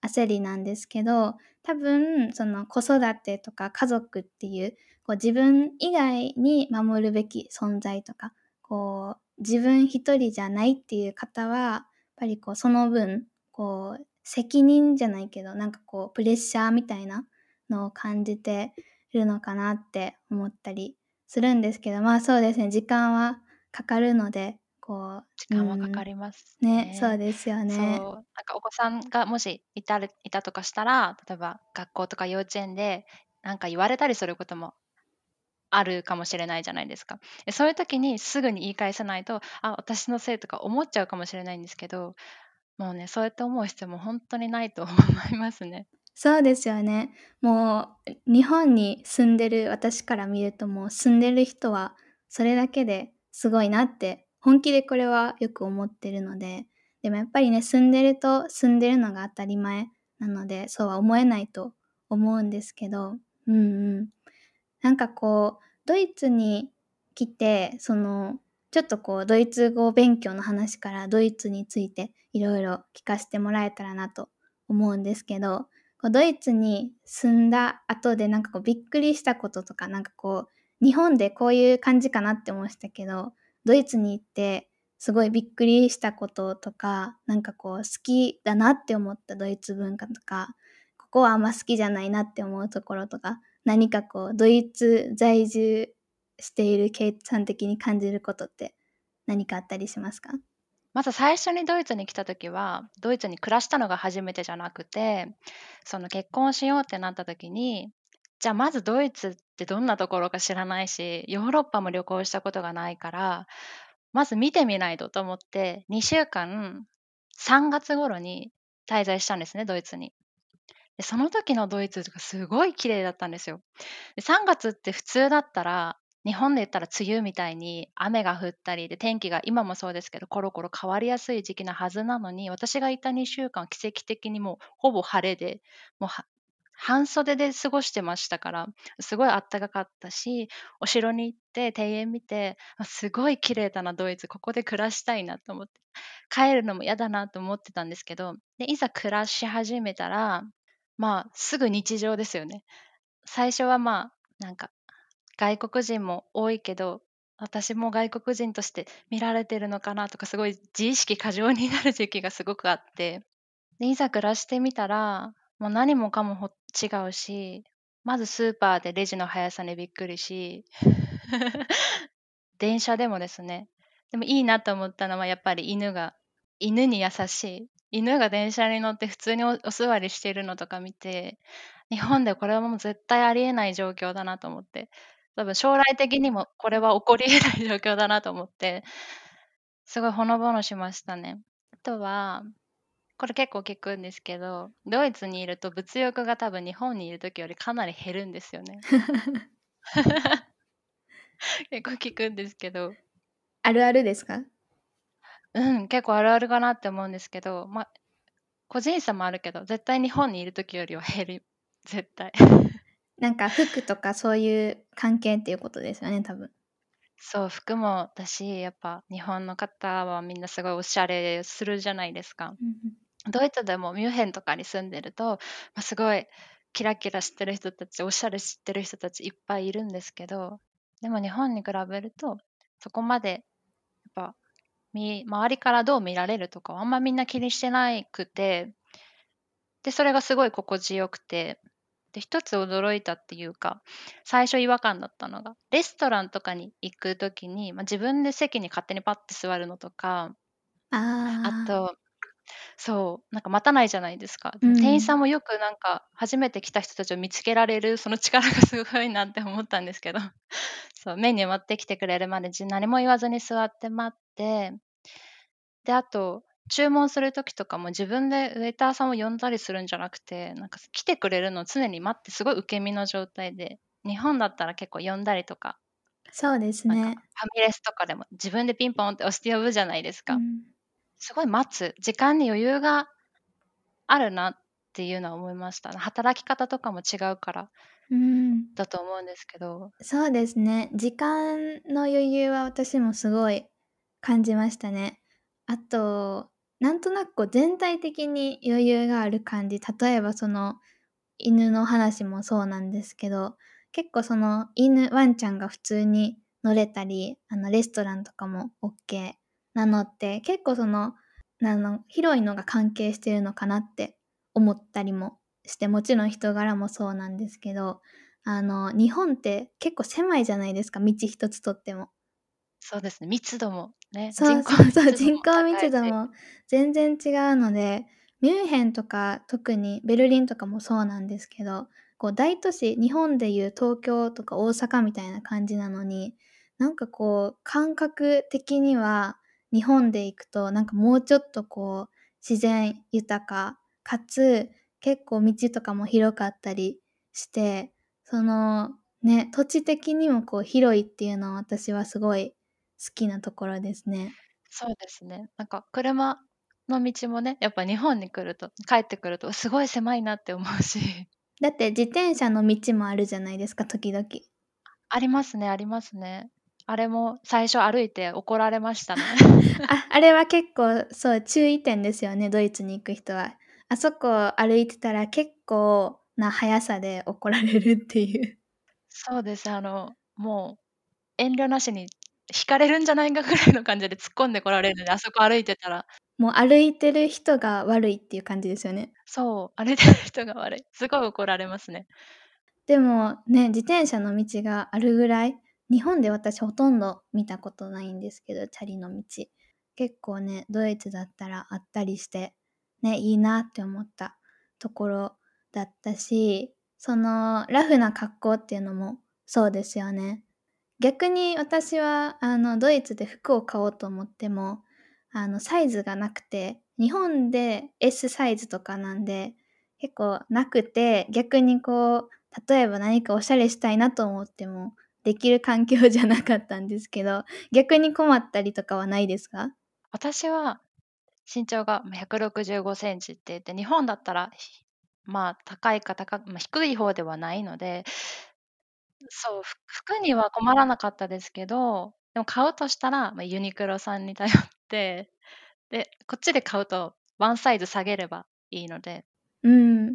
焦りなんですけど、多分その子育てとか家族っていう、こう自分以外に守るべき存在とか、こう自分一人じゃないっていう方は、やっぱりこうその分、こう責任じゃないけど、なんかこうプレッシャーみたいなのを感じてるのかなって思ったりするんですけど、まあそうですね、時間はかかるので、こ時う、う間はかかん、 りますね、そうね。 ですよね。 そう、なんかお子さんがもしいたとかしたら、例えば学校とか幼稚園でなんか言われたりすることもあるかもしれないじゃないですか。そういう時にすぐに言い返さないと、あ、私のせいとか思っちゃうかもしれないんですけど、もうね、そうやって思う必要も本当にないと思いますね。 そうですよね。もう、日本に住んでる私から見ると、もう住んでる人はそれだけですごいなって、本気でこれはよく思ってるので、でもやっぱりね、住んでると住んでるのが当たり前なので、そうは思えないと思うんですけど、うんうん。なんかこう、ドイツに来て、その、ちょっとこうドイツ語勉強の話からドイツについていろいろ聞かせてもらえたらなと思うんですけど、こうドイツに住んだ後でなんかこうびっくりしたこととか、なんかこう、日本でこういう感じかなって思いましたけど、ドイツに行ってすごいびっくりしたこととか、なんかこう好きだなって思ったドイツ文化とか、ここはあんま好きじゃないなって思うところとか、何かこうドイツ在住しているケイトさん的に感じることって何かあったりしますか？ まず最初にドイツに来た時は、ドイツに暮らしたのが初めてじゃなくて、その結婚しようってなった時に、じゃあまずドイツってどんなところか知らないし、ヨーロッパも旅行したことがないから、まず見てみないとと思って、2週間、3月頃に滞在したんですね、ドイツに。で、その時のドイツがすごい綺麗だったんですよ。で、3月って普通だったら、日本で言ったら梅雨みたいに雨が降ったりで、天気が今もそうですけど、コロコロ変わりやすい時期なはずなのに、私がいた2週間、奇跡的にもうほぼ晴れで、もう半袖で過ごしてましたから、すごいあったかかったし、お城に行って庭園見て、あ、すごい綺麗だなドイツ、ここで暮らしたいなと思って、帰るのも嫌だなと思ってたんですけど、で、いざ暮らし始めたら、まあ、すぐ日常ですよね。最初はまあ、なんか、外国人も多いけど、私も外国人として見られてるのかなとか、すごい自意識過剰になる時期がすごくあって、で、いざ暮らしてみたら、もう何もかも違うし、まずスーパーでレジの速さにびっくりし、電車でもですね、でもいいなと思ったのはやっぱり犬に優しい。犬が電車に乗って普通にお座りしてるのとか見て、日本でこれはもう絶対ありえない状況だなと思って、多分将来的にもこれは起こり得ない状況だなと思って、すごいほのぼのしましたね。あとは、これ結構聞くんですけど、ドイツにいると物欲が多分日本にいる時よりかなり減るんですよね。結構聞くんですけど、 あるあるですか？ うん、結構あるあるかなって思うんですけど、個人差もあるけど、絶対日本にいる時よりは減る。絶対。 なんか服とかそういう関係っていうことですよね、多分。 そう、服もだし、やっぱ日本の方はみんなすごいおしゃれするじゃないですか。 うんうん。 ドイツでもミュンヘンとかに住んでると、すごいキラキラしてる人たち、おしゃれしてる人たちいっぱいいるんですけど、でも日本に比べると、そこまでやっぱ周りからどう見られるとかはあんまみんな気にしてなくて、で、それがすごい心地よくて、で、一つ驚いたっていうか、最初違和感だったのが、レストランとかに行く時に、自分で席に勝手にパッて座るのとか、あああ、 と、そう、なんか待たないじゃないですか。でも店員さうん。 んもよくなんか初めて来た人たちを見つけられる、その力がすごいなって思ったんですけど、そう、メニュー持ってきてくれるまで何も言わずに座って待って、で、あと、注文する時とかも自分でウェイターさんを呼んだりするんじゃなくて、なんか来てくれるのを常に待ってすごい受け身の状態で、日本だったら結構呼んだりとか、 そうですなんかね。 ファミレスとかでも自分でピンポンって押して呼ぶじゃないですか。 うん。 すごい待つ、時間に余裕があるなっていうのは思いました。働き方とかも違うからうん。 だと思うんですけど。 そうですね。時間の余裕は私もすごい感じましたね。あと、 なんとなくこう全体的に余裕がある感じ。例えばその犬の話もそうなんですけど、結構そのワンちゃんが普通に乗れたり、レストランとかもオッケーなのって、結構その、広いのが関係してるのかなって思ったりもして、もちろん人柄もそうなんですけど、日本って結構狭いじゃないですか、道一つとっても。 そうですね、密度もね、 そう人口そうそう、 密度も人口高いし。 密度も全然違うので、ミュンヘンとか特にベルリンとかもそうなんですけど、こう大都市、日本でいう東京とか大阪みたいな感じなのに、なんかこう感覚的には日本で行くとなんかもうちょっとこう自然豊か、かつ結構道とかも広かったりして、そのね、土地的にもこう広いっていうのは私はすごい好きなところですね。 そうですね。なんか車の道もね、やっぱ日本に来ると帰ってくるとすごい狭いなって思うし。 だって自転車の道もあるじゃないですか、時々。 ありますねありますね。あれも最初歩いて怒られましたね。 あ、あれは結構そう、注意点ですよね、ドイツに行く人は。あそこ歩いてたら結構な速さで怒られるっていう。 そうです。もう遠慮なしに引かれるんじゃないかぐらいの感じで突っ込んでこられるので、あそこ歩いてたら。 もう歩いてる人が悪いっていう感じですよね。 そう、歩いてる人が悪い。すごい怒られますね。 でもね、自転車の道があるぐらい、日本で私ほとんど見たことないんですけど、チャリの道。結構ね、ドイツだったらあったりして、ね、いいなって思ったところだったし、そのラフな格好っていうのもそうですよね。逆に私は、ドイツで服を買おうと思っても、サイズがなくて、日本で S サイズとかなんで、結構なくて、逆にこう、例えば何かおしゃれしたいなと思っても、できる環境じゃなかったんですけど、逆に困ったりとかはないですか？ 私は身長が165センチって言って、日本だったら、高いか低い方ではないので、そう、服には困らなかったですけど、でも買うとしたら、ユニクロさんに頼って、で、こっちで買うとワンサイズ下げればいいので。 うん、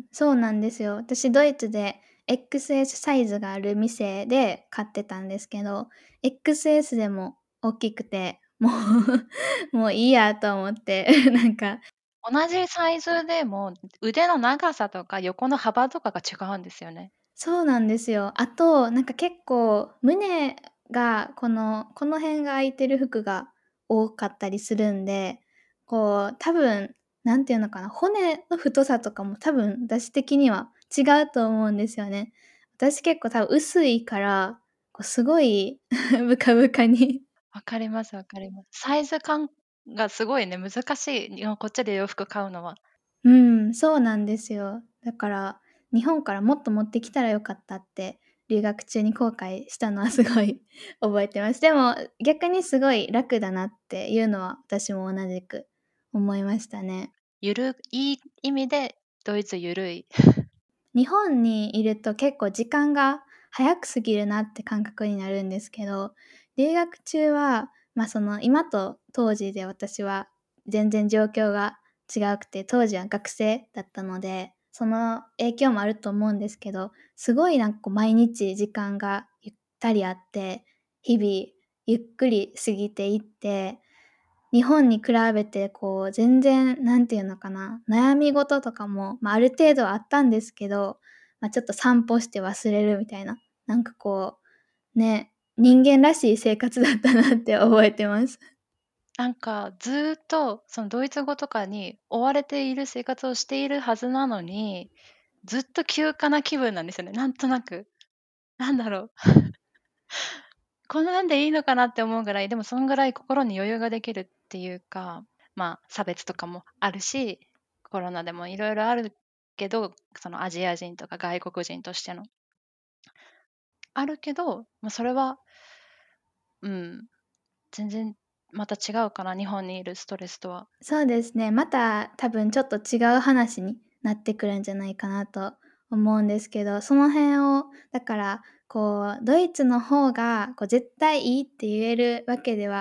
そうなんですよ。私ドイツで XS サイズがある店で買ってたんですけど、XS でも大きくて、もうもういいやと思って、なんか同じサイズでも、腕の長さとか横の幅とかが違うんですよね。 そうなんですよ。あと、なんか結構胸がこの辺が空いてる服が多かったりするんで、こう多分、なんていうのかな、骨の太さとかも多分私的には違うと思うんですよね。私結構多分薄いから、こうすごいブカブカにわかりますわかります。サイズ感がすごいね、難しい、こっちで洋服買うのは。 うん、そうなんですよ。だから、日本からもっと持ってきたらよかったって、留学中に後悔したのはすごい覚えてます。でも、逆にすごい楽だなっていうのは、私も同じく思いましたね。 いい意味でドイツゆるい。 日本にいると結構時間が早く過ぎるなって感覚になるんですけど、留学中は、その今と当時で私は全然状況が違くて、当時は学生だったので、その影響もあると思うんですけど、すごいなんかこう毎日時間がゆったりあって、日々ゆっくり過ぎていって日本に比べてこう全然なんていうのかな、悩み事とかも、ある程度はあったんですけど、ちょっと散歩して忘れるみたいな、なんかこう、ね、人間らしい生活だったなって覚えてます。 なんかずーっとそのドイツ語とかに追われている生活をしているはずなのに、ずっと休暇な気分なんですよね、なんとなく。なんだろう、こんなんでいいのかなって思うぐらい、でもそんぐらい心に余裕ができるっていうか、差別とかもあるし、コロナでもいろいろあるけど、そのアジア人とか外国人としての。あるけど、それは、うん、全然また違うかな、日本にいるストレスとは。 そうですね。また多分ちょっと違う話になってくるんじゃないかなと思うんですけど、その辺を、だから、こう、ドイツの方が、こう、絶対いいって言えるわけでは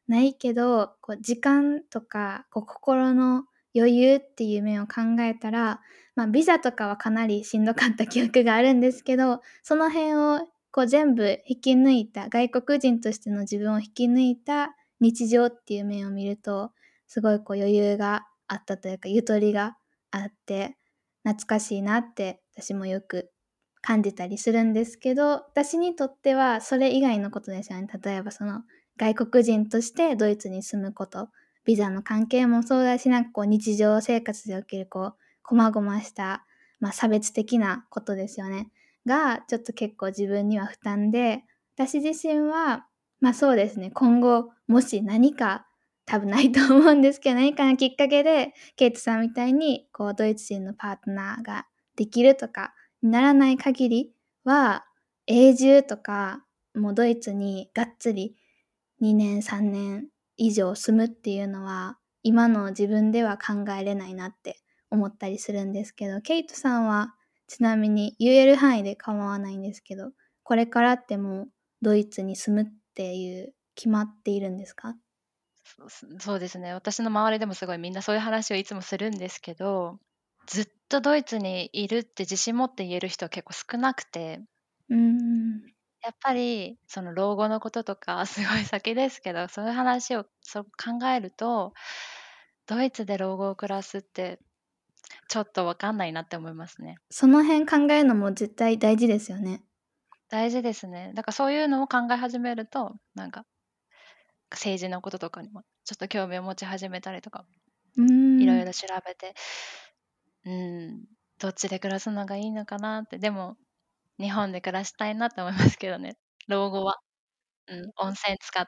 ないけど、こう時間とか、こう心の余裕っていう面を考えたら、ビザとかはかなりしんどかった記憶があるんですけど、その辺をこう全部引き抜いた、外国人としての自分を引き抜いた日常っていう面を見ると、すごいこう余裕があったというか、ゆとりがあって、懐かしいなって私もよく感じたりするんですけど、私にとってはそれ以外のことですよね。例えばその外国人としてドイツに住むこと、ビザの関係もそうだし、なんかこう日常生活で起きるこう、細々した、差別的なことですよね。が、ちょっと結構自分には負担で、私自身は、そうですね、今後もし何か、多分ないと思うんですけど、何かのきっかけで、ケイトさんみたいに、こうドイツ人のパートナーができるとかならない限りは、永住とか、もうドイツにがっつり2年、3年以上住むっていうのは、今の自分では考えれないなって思ったりするんですけど、ケイトさんはちなみに言える範囲で構わないんですけど、これからってもうドイツに住むっていう決まっているんですか？ そうですね。私の周りでもすごいみんなそういう話をいつもするんですけど、ずっとドイツにいるって自信持って言える人は結構少なくて、 うーん。 やっぱりその老後のこととかすごい先ですけど、そういう話を考えると、ドイツで老後を暮らすってちょっとわかんないなって思いますね。 その辺考えるのも絶対大事ですよね。 大事ですね。だからそういうのを考え始めると、なんか政治のこととかにもちょっと興味を持ち始めたりとか、 うーん。 いろいろ調べて、うん、どっちで暮らすのがいいのかなって。でも、日本で暮らしたいなって思いますけどね、老後は。温泉使って。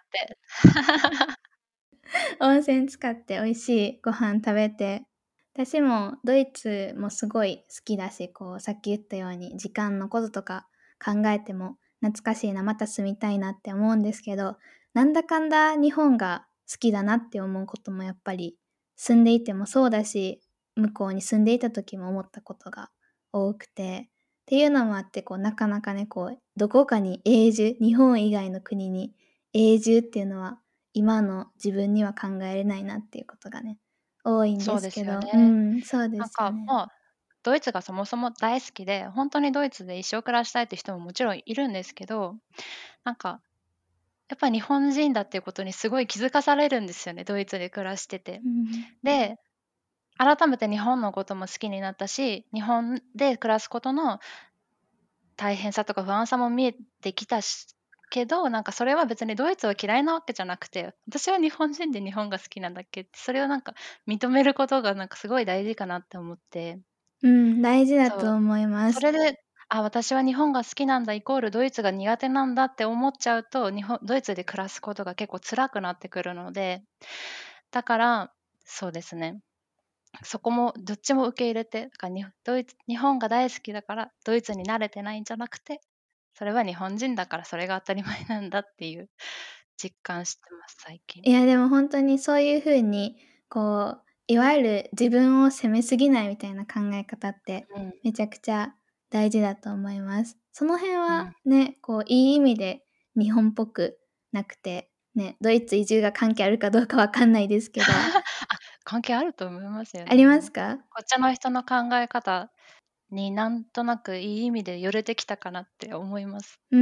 温泉使って美味しいご飯食べて、私もドイツもすごい好きだし、こうさっき言ったように時間のこととか考えても懐かしいな、また住みたいなって思うんですけど、なんだかんだ日本が好きだなって思うこともやっぱり住んでいてもそうだし、向こうに住んでいた時も思ったことが多くて、っていうのもあって、こうなかなかね、こうどこかに永住、日本以外の国に永住っていうのは今の自分には考えれないなっていうことがね、多いんそですけど、 うですよね。 そうでなんか、 すよね。 ドイツがそもそも大好きで、ほんとにドイツで一生暮らしたいって人ももちろんいるんですけど、なんか、やっぱ日本人だっていうことにすごい気づかされるんですよね、ドイツで暮らしてて。 うん。 で、改めて日本のことも好きになったし、日本で暮らすことの大変さとか不安さも見えてきたけど、なんかそれは別にドイツを嫌いなわけじゃなくて、私は日本人で日本が好きなんだっけって、それをなんか認めることがなんかすごい大事かなって思って、 うん、大事だそう、 と思います。 それで、私は日本が好きなんだイコールドイツが苦手なんだって思っちゃうと、ドイツで暮らすことが結構辛くなってくるので、だから、そうですね。そこもどっちも受け入れて、だから日本が大好きだからドイツに慣れてないんじゃなくて、それは日本人だからそれが当たり前なんだっていう実感してます、最近。 いや、でもほんとにそういう風に、こう、いわゆる自分を責めすぎないみたいな考え方ってうん、 めちゃくちゃ大事だと思います。その辺うん。 はね、こういい意味で日本っぽくなくて、ね、ドイツ移住が関係あるかどうかわかんないですけど、 関係あると思いますよありね。 ますか？ こっちの人の考え方になんとなくいい意味で寄れてきたかなって思います。 うん。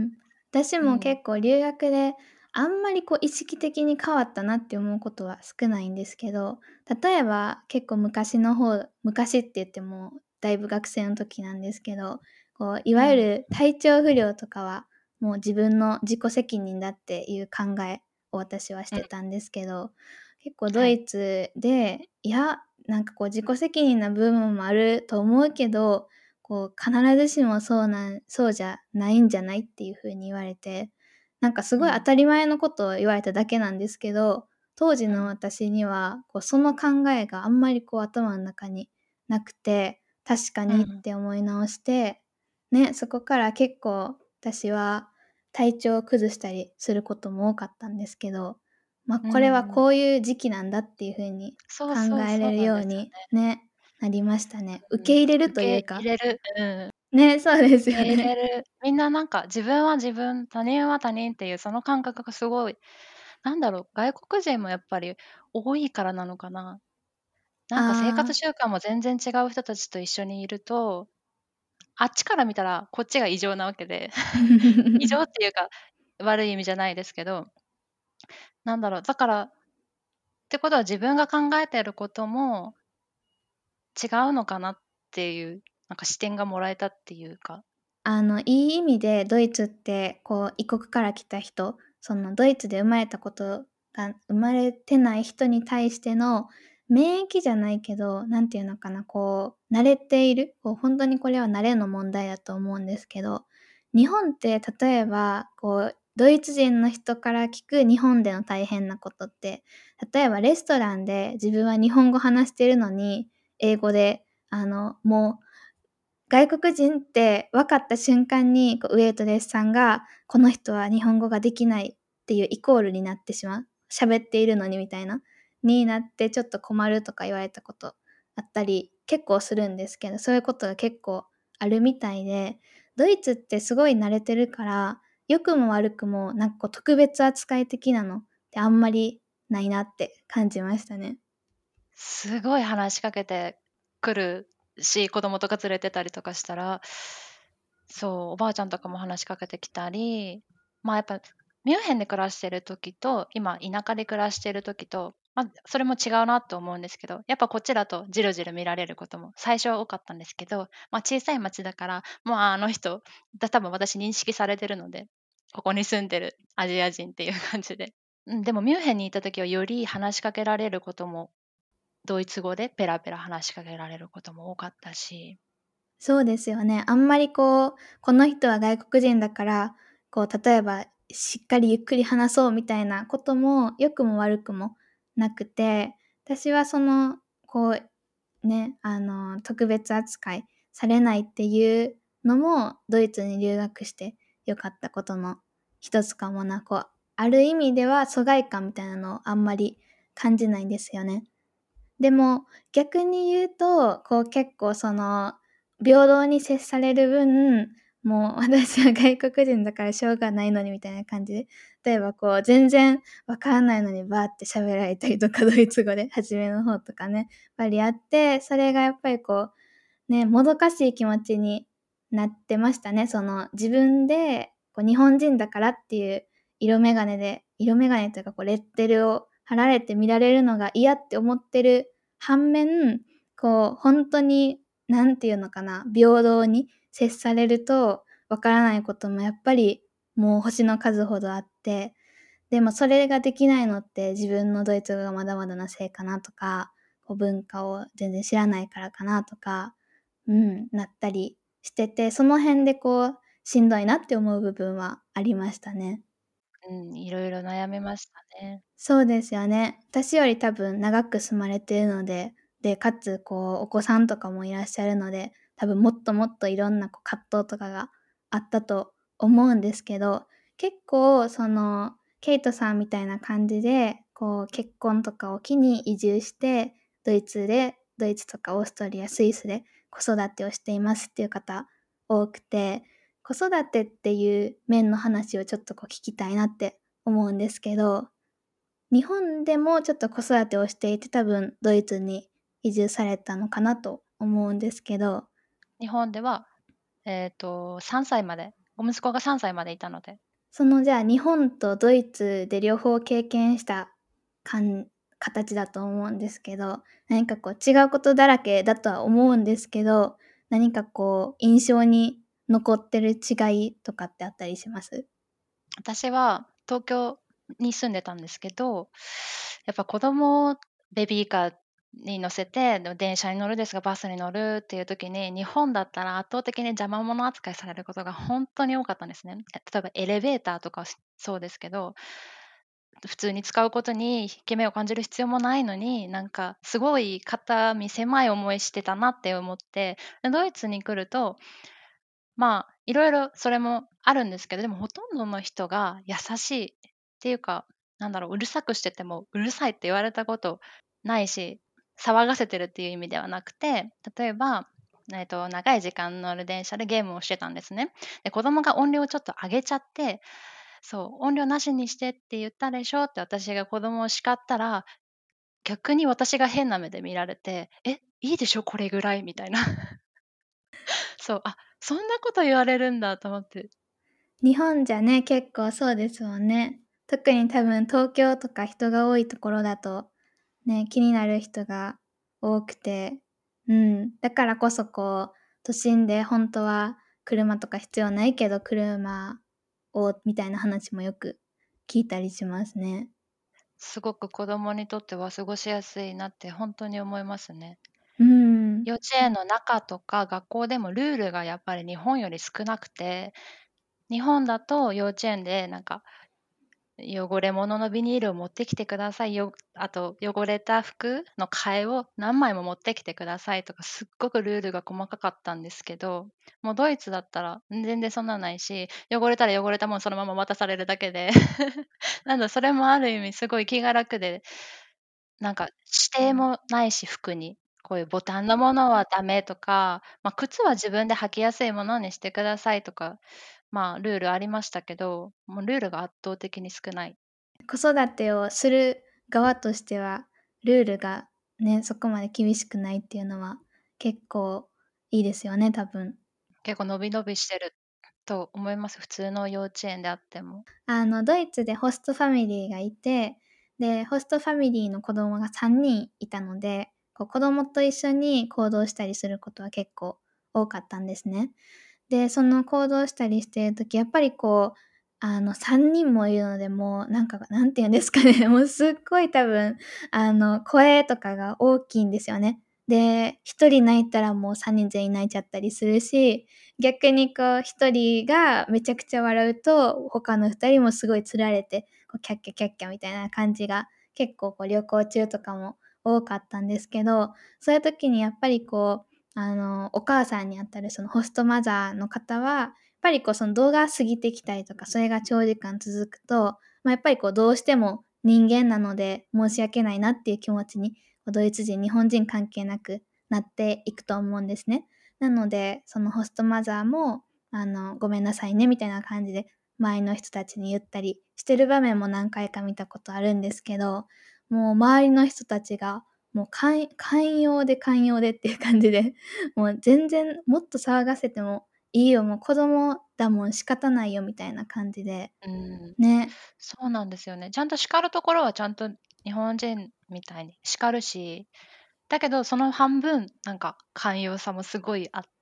私うん。 も結構留学で、あんまりこう意識的に変わったなって思うことは少ないんですけど、例えば結構昔って言ってもだいぶ学生の時なんですけど、こういわゆうん。 る体調不良とかは、もう自分の自己責任だっていう考えを私はしうん。 てたんですけど、結構ドはい。 イツで、いや、なんかこう自己責任な部分もあると思うけど、こう必ずしもそうじゃないんじゃないっていう風に言われて、なんかすごい当うん。 たり前のことを言われただけなんですけど、当時のうん。 私には、こうその考えがあんまりこう頭の中になくて、確かにっうん。 て思い直して、ね、そこから結構私は体調を崩したりすることも多かったんですけど、これはうんうん。 こういう時期なんだっていう風にそう考そうそうえれるようなんですよにね、なりましたね。受ね。うん。 け入れるという受けか。 入れる。うん。 ね、そうです受け入よね。 れる。みんななんか自分は自分、他人は他人っていうその感覚がすごい外国人もやっぱり多いからなのかな。なんか生活あ習慣も全然違う人たちと一緒にいると、あっちから見たらこっちが異常なわけで、異常あ。 っていうか、悪い意味じゃないですけど、だからってことは自分が考えていることも違うのかなっていう、なんか視点がもらえたっていうか。 いい意味でドイツって、異国から来た人、ドイツで生まれてない人に対しての免疫じゃないけど、なんていうのかな、慣れている、本当にこれは慣れの問題だと思うんですけど、日本って例えば、ドイツ人の人から聞く日本での大変なことって、例えばレストランで自分は日本語話してるのに、英語で、もう外国人って分かった瞬間に、ウェイトレスさんが、この人は日本語ができないっていうイコールになってしまう。喋っているのにみたいな、になってちょっと困るとか言われたことあったり、結構するんですけど、そういうことが結構あるみたいで、ドイツってすごい慣れてるから、良くも悪くもなんか特別扱い的なのってあんまりないなって感じましたね。 すごい話しかけてくるし、子供とか連れてたりとかしたら、そう、おばあちゃんとかも話しかけてきたり、やっぱミュンヘンで暮らしてる時と、今田舎で暮らしてる時と、それも違うなと思うんですけど、やっぱこっちだとじろじろ見られることも最初は多かったんですけど、小さい町だから、もうあの人、多分私認識されてるので、ここに住んでるアジア人っていう感じで。でもミュンヘンにいた時はより話しかけられることもドイツ語でペラペラ話しかけられることも多かったし。 そうですよね。あんまりこの人は外国人だから、例えばしっかりゆっくり話そうみたいなことも良くも悪くもなくて、私は特別扱いされないっていうのも、ドイツに留学して良かったことの一つかもな。ある意味では疎外感みたいなのをあんまり感じないんですよね。でも、逆に言うと、結構平等に接される分、もう私は外国人だからしょうがないのにみたいな感じで、例えば全然わからないのにバーって喋られたりとか、ドイツ語で初めの方とかね、やっぱりあって、それがやっぱりね、もどかしい気持ちになってましたね。自分で、日本人だからっていう色眼鏡というか、レッテルを貼られて見られるのが嫌って思ってる反面、ほんとに、なんていうのかな、平等に接されるとわからないこともやっぱり、もう星の数ほどあって、でもそれができないのって自分のドイツ語がまだまだなせいかなとか、文化を全然知らないからかなとか、なったりしてて、その辺でしんどいなって思う部分はありましたね。 いろいろ悩みましたね。 そうですよね。私より多分長く住まれているので、で、かつお子さんとかもいらっしゃるので、多分もっともっといろんな葛藤とかがあったと思うんですけど、結構ケイトさんみたいな感じで、結婚とかを機に移住して、ドイツとかオーストリア、スイスで子育てをしていますっていう方多くて、子育てっていう面の話をちょっと聞きたいなって思うんですけど、日本でもちょっと子育てをしていて、多分ドイツに移住されたのかなと思うんですけど、 日本では、3歳まで、お息子が3歳までいたので、 じゃあ日本とドイツで両方経験したかん形だと思うんですけど、何か違うことだらけだとは思うんですけど、何か印象に残ってる違いとかってあったりします？ 私は東京に住んでたんですけど、やっぱ子供をベビーカーに乗せて、電車に乗るですが、バスに乗るっていう時に、日本だったら圧倒的に邪魔者扱いされることが本当に多かったんですね。例えばエレベーターとかそうですけど、普通に使うことに引け目を感じる必要もないのに、なんかすごい肩身狭い思いしてたなって思って、ドイツに来ると、いろいろそれもあるんですけど、でもほとんどの人が優しいっていうか、うるさくしてても、うるさいって言われたことないし、騒がせてるっていう意味ではなくて、例えば、長い時間乗る電車でゲームをしてたんですね。で、子供が音量をちょっと上げちゃって、 そう、音量なしにしてって言ったでしょって私が子供を叱ったら、逆に私が変な目で見られて、いいでしょこれぐらいみたいな。そう、そんなこと言われるんだと思って。 日本じゃね、結構そうですもんね。特に多分東京とか人が多いところだと、ね、気になる人が多くて、だからこそ都心で本当は車とか必要ないけど、車をみたいな話もよく聞いたりしますね。 すごく子供にとっては過ごしやすいなって本当に思いますね。 うーん。 幼稚園の中とか学校でもルールがやっぱり日本より少なくて、日本だと幼稚園でなんか汚れ物のビニールを持ってきてくださいよ、あと汚れた服の替えを何枚も持ってきてくださいとか、すっごくルールが細かかったんですけど、もうドイツだったら全然そんなのないし、汚れたら汚れたもんそのまま渡されるだけでなんだ、それもある意味すごい気が楽で、なんか指定もないし、服に。こういうボタンのものはダメとか、靴は自分で履きやすいものにしてくださいとか、ルールありましたけど、もうルールが圧倒的に少ない。 子育てをする側としては、ルールがね、そこまで厳しくないっていうのは結構いいですよね、多分。 結構伸び伸びしてると思います。普通の幼稚園であっても。 ドイツでホストファミリーがいて、で、ホストファミリーの子供が3人いたので、子供と一緒に行動したりすることは結構多かったんですね。で、その行動したりしてる時、やっぱり3人もいるので、もうなんか、なんて言うんですかね、もうすっごい多分、声とかが大きいんですよね。で、1人泣いたらもう3人全員泣いちゃったりするし、逆に1人がめちゃくちゃ笑うと、他の2人もすごい釣られて、キャッキャキャッキャみたいな感じが、結構旅行中とかも多かったんですけど、そういう時にやっぱりお母さんにあたるそのホストマザーの方は、やっぱりその動画過ぎてきたりとか、それが長時間続くと、やっぱりどうしても人間なので申し訳ないなっていう気持ちに、ドイツ人、日本人関係なくなっていくと思うんですね。なので、そのホストマザーも、ごめんなさいねみたいな感じで、周りの人たちに言ったりしてる場面も何回か見たことあるんですけど、もう周りの人たちが、もう寛容でっていう感じで、もう全然もっと騒がせてもいいよ、もう子供だもん仕方ないよみたいな感じで、 うん、 ね。 そうなんですよね。ちゃんと叱るところはちゃんと日本人みたいに叱るし、だけどその半分、なんか寛容さもすごいあって、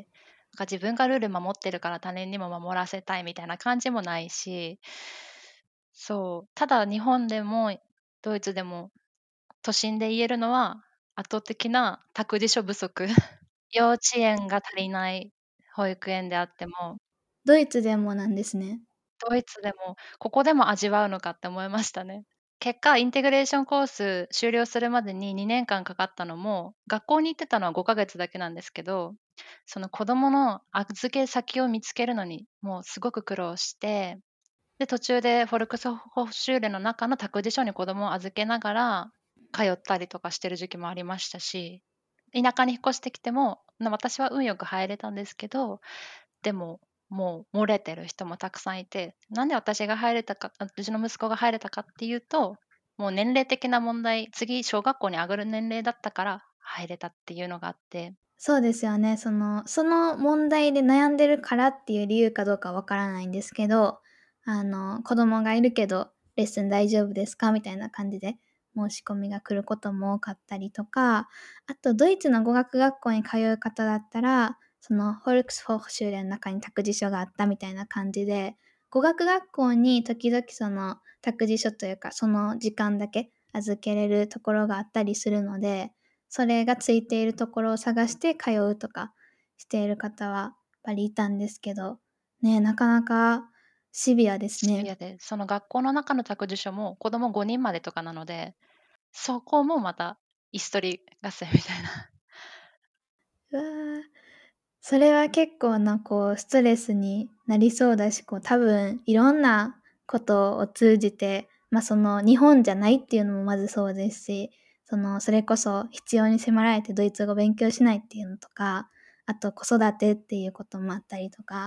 なんか自分がルール守ってるから他人にも守らせたいみたいな感じもないし、そう、ただ日本でもドイツでも都心で言えるのは、圧倒的な託児所不足。幼稚園が足りない保育園であっても、 ドイツでもなんですね。 ドイツでも、ここでも味わうのかって思いましたね。結果、インテグレーションコース修了するまでに2年間かかったのも、学校に行ってたのは5ヶ月だけなんですけど、その子供の預け先を見つけるのに、もうすごく苦労して、で、途中でフォルクスホフシューレの中の託児所に子供を預けながら、通ったりとかしてる時期もありましたし、田舎に引っ越してきても、私は運よく入れたんですけど、でも、もう漏れてる人もたくさんいて、なんで私が入れたか、うちの息子が入れたかっていうと、もう年齢的な問題、次小学校に上がる年齢だったから入れたっていうのがあって、 そうですよね。その問題で悩んでるからっていう理由かどうかわからないんですけど、子供がいるけど、レッスン大丈夫ですかみたいな感じで申し込みが来ることも多かったりとか、あとドイツの語学学校に通う方だったら、そのホルクスホーフシューレンの中に託児所があったみたいな感じで、語学学校に時々その託児所というか、その時間だけ預けれるところがあったりするので、それがついているところを探して通うとかしている方はやっぱりいたんですけど、ね、なかなかシビアですね。 シビアで、その学校の中の託児所も子供5人までとかなので、そこもまた椅子取り合戦みたいな。 うわー、それは結構なストレスになりそうだし、多分いろんなことを通じて、その日本じゃないっていうのもまずそうですし、それこそ必要に迫られてドイツ語勉強しないっていうのとか、あと子育てっていうこともあったりとか、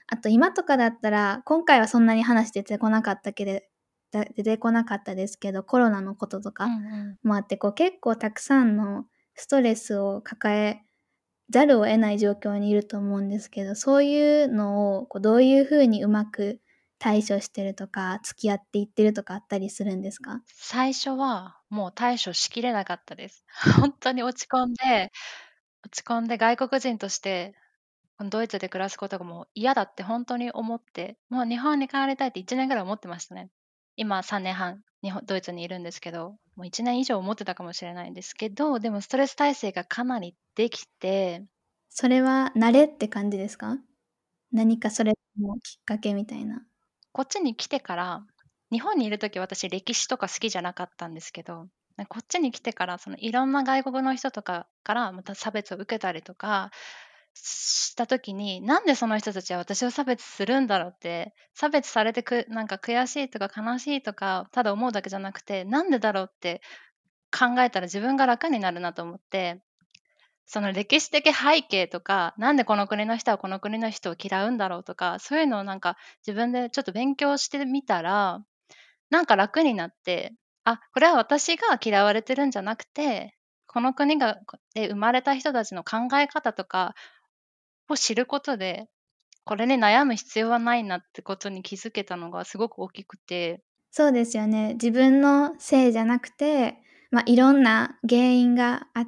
あと今とかだったら、今回はそんなに話出てこなかった出てこなかったですけど、コロナのこととうかんうん。 もあって、こう結構たくさんのストレスを抱えざるを得ない状況にいると思うんですけど、そういうのをこうどういう風にうまく対処してるとか、付き合っていってるとかあったりするんですか？ 最初はもう対処しきれなかったです。ほんとに落ち込んで外国人としてドイツで暮らすことがもう嫌だってほんとに思って、もう日本に帰りたいって1年ぐらい思ってましたね。今3年半、ドイツにいるんですけど、もう1年以上思ってたかもしれないんですけど、でもストレス耐性がかなりできて、 それは慣れって感じですか？何かそれもきっかけみたいな。 こっちに来てから、日本にいる時私歴史とか好きじゃなかったんですけど、こっちに来てから、そのいろんな外国の人とかからまた差別を受けたりとかした時に、なんでその人たちは私を差別するんだろうって、差別されてなんか悔しいとか悲しいとか、ただ思うだけじゃなくて、なんでだろうって考えたら自分が楽になるなと思って、その歴史的背景とか、なんでこの国の人はこの国の人を嫌うんだろうとか、そういうのをなんか自分でちょっと勉強してみたら、なんか楽になって、あ、これは私が嫌われてるんじゃなくて、この国で生まれた人たちの考え方とかを知ることで、これに悩む必要はないなってことに気づけたのがすごく大きくて、 そうですよね。自分のせいじゃなくて、いろんな原因があって、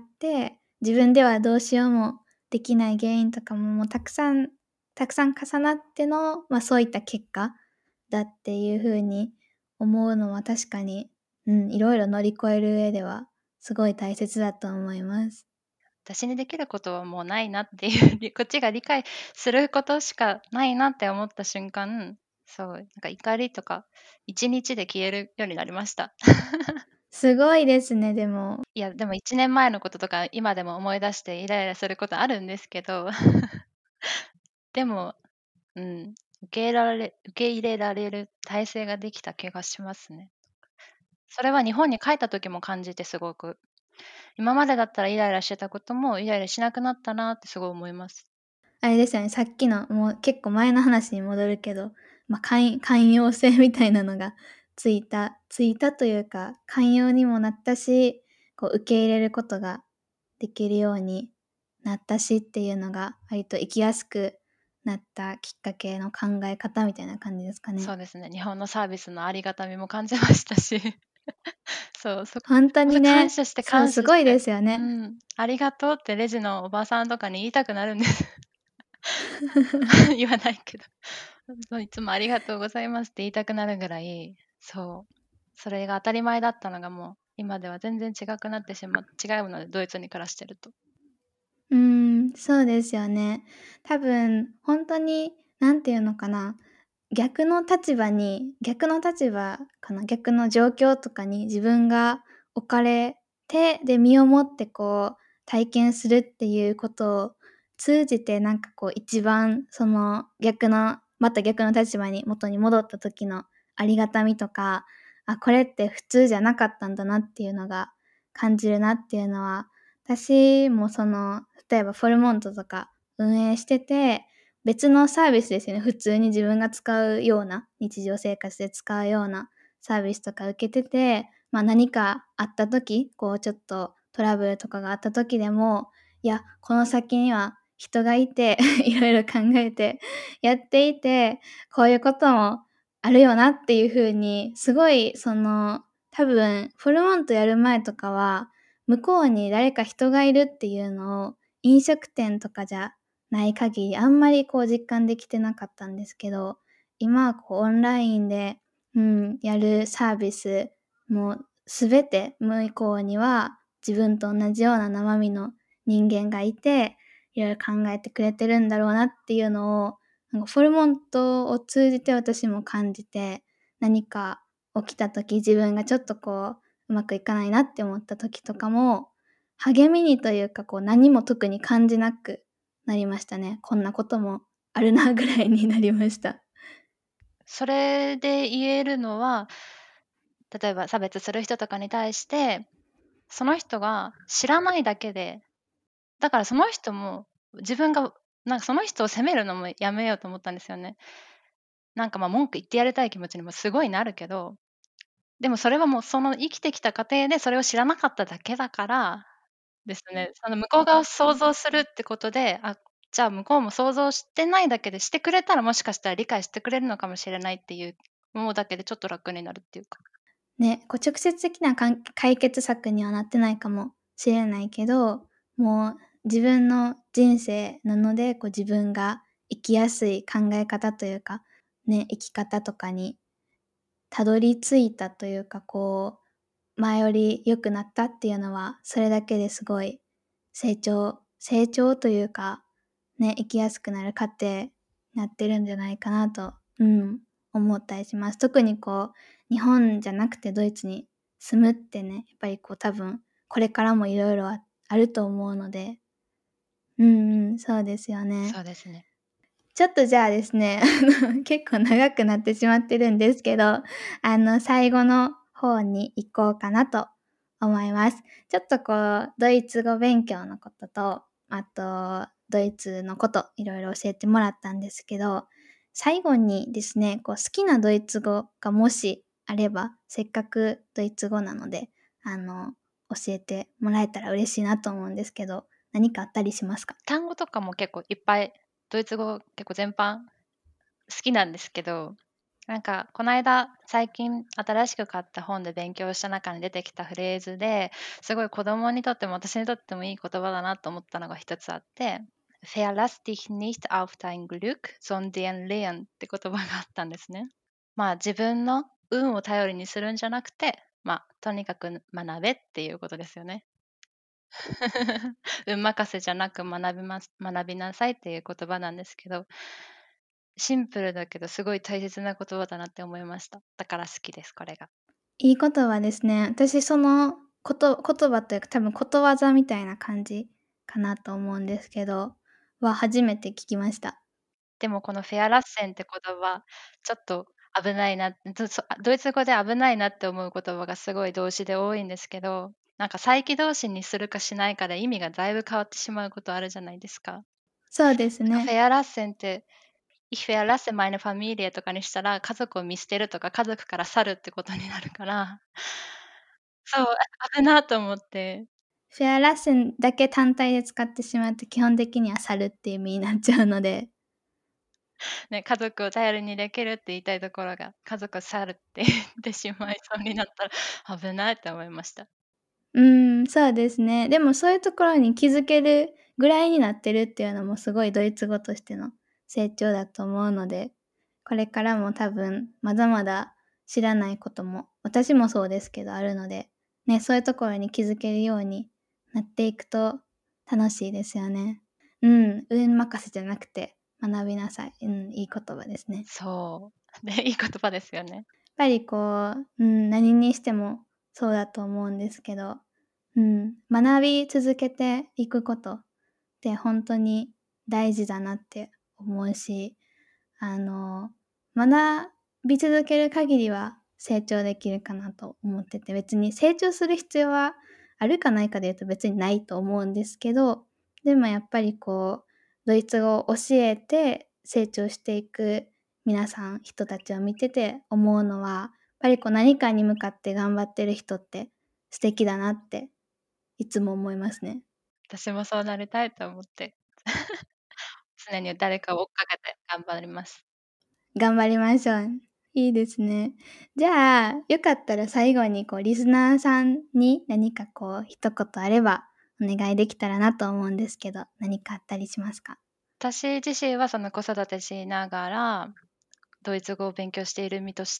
自分ではどうしようもできない原因とかも、もうたくさん重なっての、そういった結果だっていう風に思うのは確かに、いろいろ乗り越える上ではすごい大切だと思います。 私にできることはもうないなっていうこっちが理解することしかないなって思った瞬間、そう、なんか怒りとか1日で消えるようになりました。 すごいですね、でも。 いや、でも1年前のこととか今でも思い出してイライラすることあるんですけど、でも、うん、受け入れられる体制ができた気がしますね。それは日本に帰った時も感じてすごく。今までだったらイライラしてたこともイライラしなくなったなってすごい思います。 あれですよね、さっきのもう結構前の話に戻るけど、寛容性みたいなのがついたというか、寛容にもなったし、こう受け入れることができるようになったしっていうのが、割と生きやすくなったきっかけの考え方みたいな感じですかね。 そうですね、日本のサービスのありがたみも感じましたし、そう、 ほんとに感ね、 謝してそう、 感謝して、 すごいですよね。 ありがとうってレジのおばさんとかに言いたくなるんです。言わないけど。そう、いつもありがとうございますって言いたくなるぐらい、そう、それが当たり前だったのがもう、今では全然違くなって違うので、ドイツに暮らしてると。 そうですよね。多分ほんとに、何て言うのかな、逆の状況とかに自分が置かれて、で、身をもってこう体験するっていうことを通じて、なんかこう一番その逆の立場に元に戻った時のありがたみとか、あ、これって普通じゃなかったんだなっていうのが感じるなっていうのは、私も例えばフォルモントとか運営してて、別のサービスですよね。普通に自分が使うような、日常生活で使うようなサービスとか受けてて、何かあった時、こうちょっとトラブルとかがあった時でも、いや、この先には人がいて、いろいろ考えてやっていて、こういうこともあるよなっていう風に、すごい多分フォルモントやる前とかは、向こうに誰か人がいるっていうのを、飲食店とかじゃない限り、あんまりこう実感できてなかったんですけど、今はこうオンラインで、やるサービス、もう全て向こうには自分と同じような生身の人間がいて、いろいろ考えてくれてるんだろうなっていうのを、なんかフォルモントを通じて私も感じて、何か起きた時、自分がちょっとこう、うまくいかないなって思った時とかも、励みにというか、こう何も特に感じなくなりましたね。こんなこともあるなぐらいになりました。 それで言えるのは、例えば差別する人とかに対して、その人が知らないだけで、だからその人も自分がなんかその人を責めるのもやめようと思ったんですよね。なんか文句言ってやりたい気持ちにもすごいなるけど、でもそれはもうその生きてきた過程でそれを知らなかっただけだからですね、その向こう側を想像するってことで、じゃあ向こうも想像してないだけでしてくれたら、もしかしたら理解してくれるのかもしれないっていう思うだけでちょっと楽になるっていうか。 ね、直接的な解決策にはなってないかもしれないけど、もう自分の人生なので、自分が生きやすい考え方というか、ね、生き方とかにたどり着いたというか、前より良くなったっていうのは、それだけですごい成長というか、ね、生きやすくなる過程になってるんじゃないかなと、思ったりします。特に日本じゃなくてドイツに住むってね、やっぱり多分、これからもいろいろあると思うので、そうですよね。 そうですね。 ちょっとじゃあですね、結構長くなってしまってるんですけど、最後の方に行こうかなと思います。ちょっとドイツ語勉強のことと、あと、ドイツのこと、いろいろ教えてもらったんですけど、最後にですね、好きなドイツ語がもしあれば、せっかくドイツ語なので、教えてもらえたら嬉しいなと思うんですけど、何かあったりしますか？ 単語とかも結構いっぱい、ドイツ語結構全般好きなんですけど、なんかこの間最近新しく買った本で勉強した中に出てきたフレーズで、すごい子供にとっても私にとってもいい言葉だなと思ったのが一つあって、Verlass dich nicht auf dein Glück, sondern lern って言葉があったんですね。自分の運を頼りにするんじゃなくて、とにかく学べっていうことですよね。運任せじゃなく学びなさいっていう言葉なんですけど、シンプルだけどすごい大切な言葉だなって思いました。だから好きです、これが。 いい言葉ですね。私その言葉というか、多分ことわざみたいな感じかなと思うんですけど、初めて聞きました。 でもこのフェアラッセンって言葉、ちょっと危ないな、ドイツ語で危ないなって思う言葉がすごい動詞で多いんですけど、なんか再起動詞にするかしないかで意味がだいぶ変わってしまうことあるじゃないですか。 そうですね。 フェアラッセンって、Ich verlasse meine Familie とかにしたら、家族を見捨てるとか、家族から去るってことになるから、そう、危なと思って、 フェアラッセンだけ単体で使ってしまうと、基本的には去るっていう意味になっちゃうので。 ね、家族を頼りにできるって言いたいところが、家族を去るって言ってしまいそうになったら、危ないって思いました。 そうですね。でもそういうところに気づけるぐらいになってるっていうのもすごいドイツ語としての成長だと思うので、これからも多分まだまだ知らないことも、私もそうですけどあるので、ね、そういうところに気づけるようになっていくと楽しいですよね。運任せじゃなくて学びなさい。いい言葉ですね。 そう。で、いい言葉ですよね。 ぱり何にしてもそうだと思うんですけど、学び続けていくことってほんとに大事だなって思うし、あの、学び続ける限りは成長できるかなと思ってて、別に成長する必要はあるかないかで言うと別にないと思うんですけど、でもやっぱりドイツ語を教えて成長していく人たちを見てて思うのは、やっぱり何かに向かって頑張ってる人って素敵だなっていつも思いますね。 私もそうなりたいと思って、常に誰かを追っかけて頑張ります。 頑張りましょう。いいですね。じゃあ、よかったら最後にリスナーさんに何か一言あればお願いできたらなと思うんですけど、何かあったりしますか？ 私自身はその子育てしながら、ドイツ語を勉強している身として、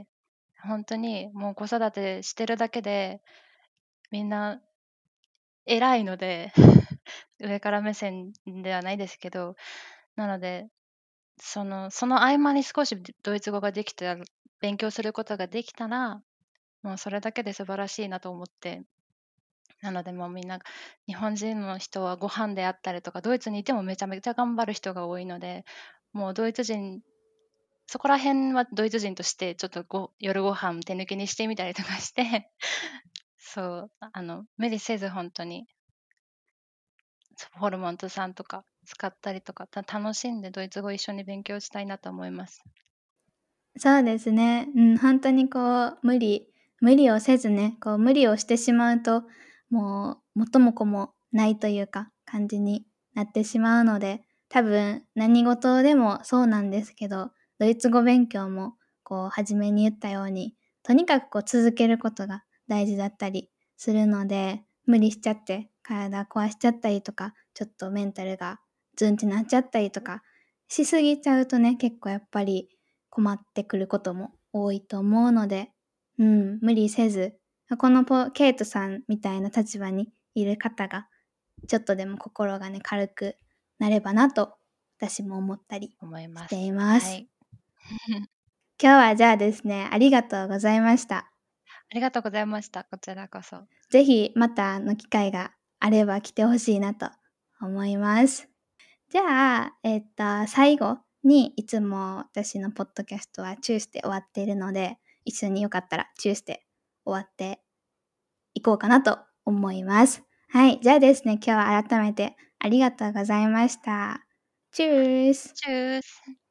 ほんとにもう子育てしてるだけで、みんな偉いので、上から目線ではないですけど、なので、その合間に少しドイツ語ができたら勉強することができたら、もうそれだけで素晴らしいなと思って、なのでもうみんな、日本人の人はご飯であったりとか、ドイツにいてもめちゃめちゃ頑張る人が多いので、もうドイツ人、そこら辺はドイツ人としてちょっと夜ご飯手抜きにしてみたりとかして、そう、無理せず本当にホルモンとさんとか使ったりとか、楽しんでドイツ語を一緒に勉強したいなと思います。 そうですね。本当に無理をせずね、無理をしてしまうと、もう元も子もないというか、感じになってしまうので、多分何事でもそうなんですけど、ドイツ語勉強も初めに言ったように、とにかく続けることが大事だったりするので、無理しちゃって体壊しちゃったりとか、ちょっとメンタルがズンってなっちゃったりとかしすぎちゃうとね、結構やっぱり困ってくることも多いと思うので、無理せず、ケイトさんみたいな立場にいる方が、ちょっとでも心がね、軽くなればなと、私も思ったり思います。 しています。 はい。 今日はじゃあですね、ありがとうございました。 ありがとうございました。こちらこそ。 ぜひまたの機会があれば来てほしいなと思います。じゃあ、最後にいつも私のポッドキャストはチューして終わっているので、一緒によかったらチューして終わっていこうかなと思います。はい、じゃあですね、今日は改めてありがとうございました。チュース。 チュース。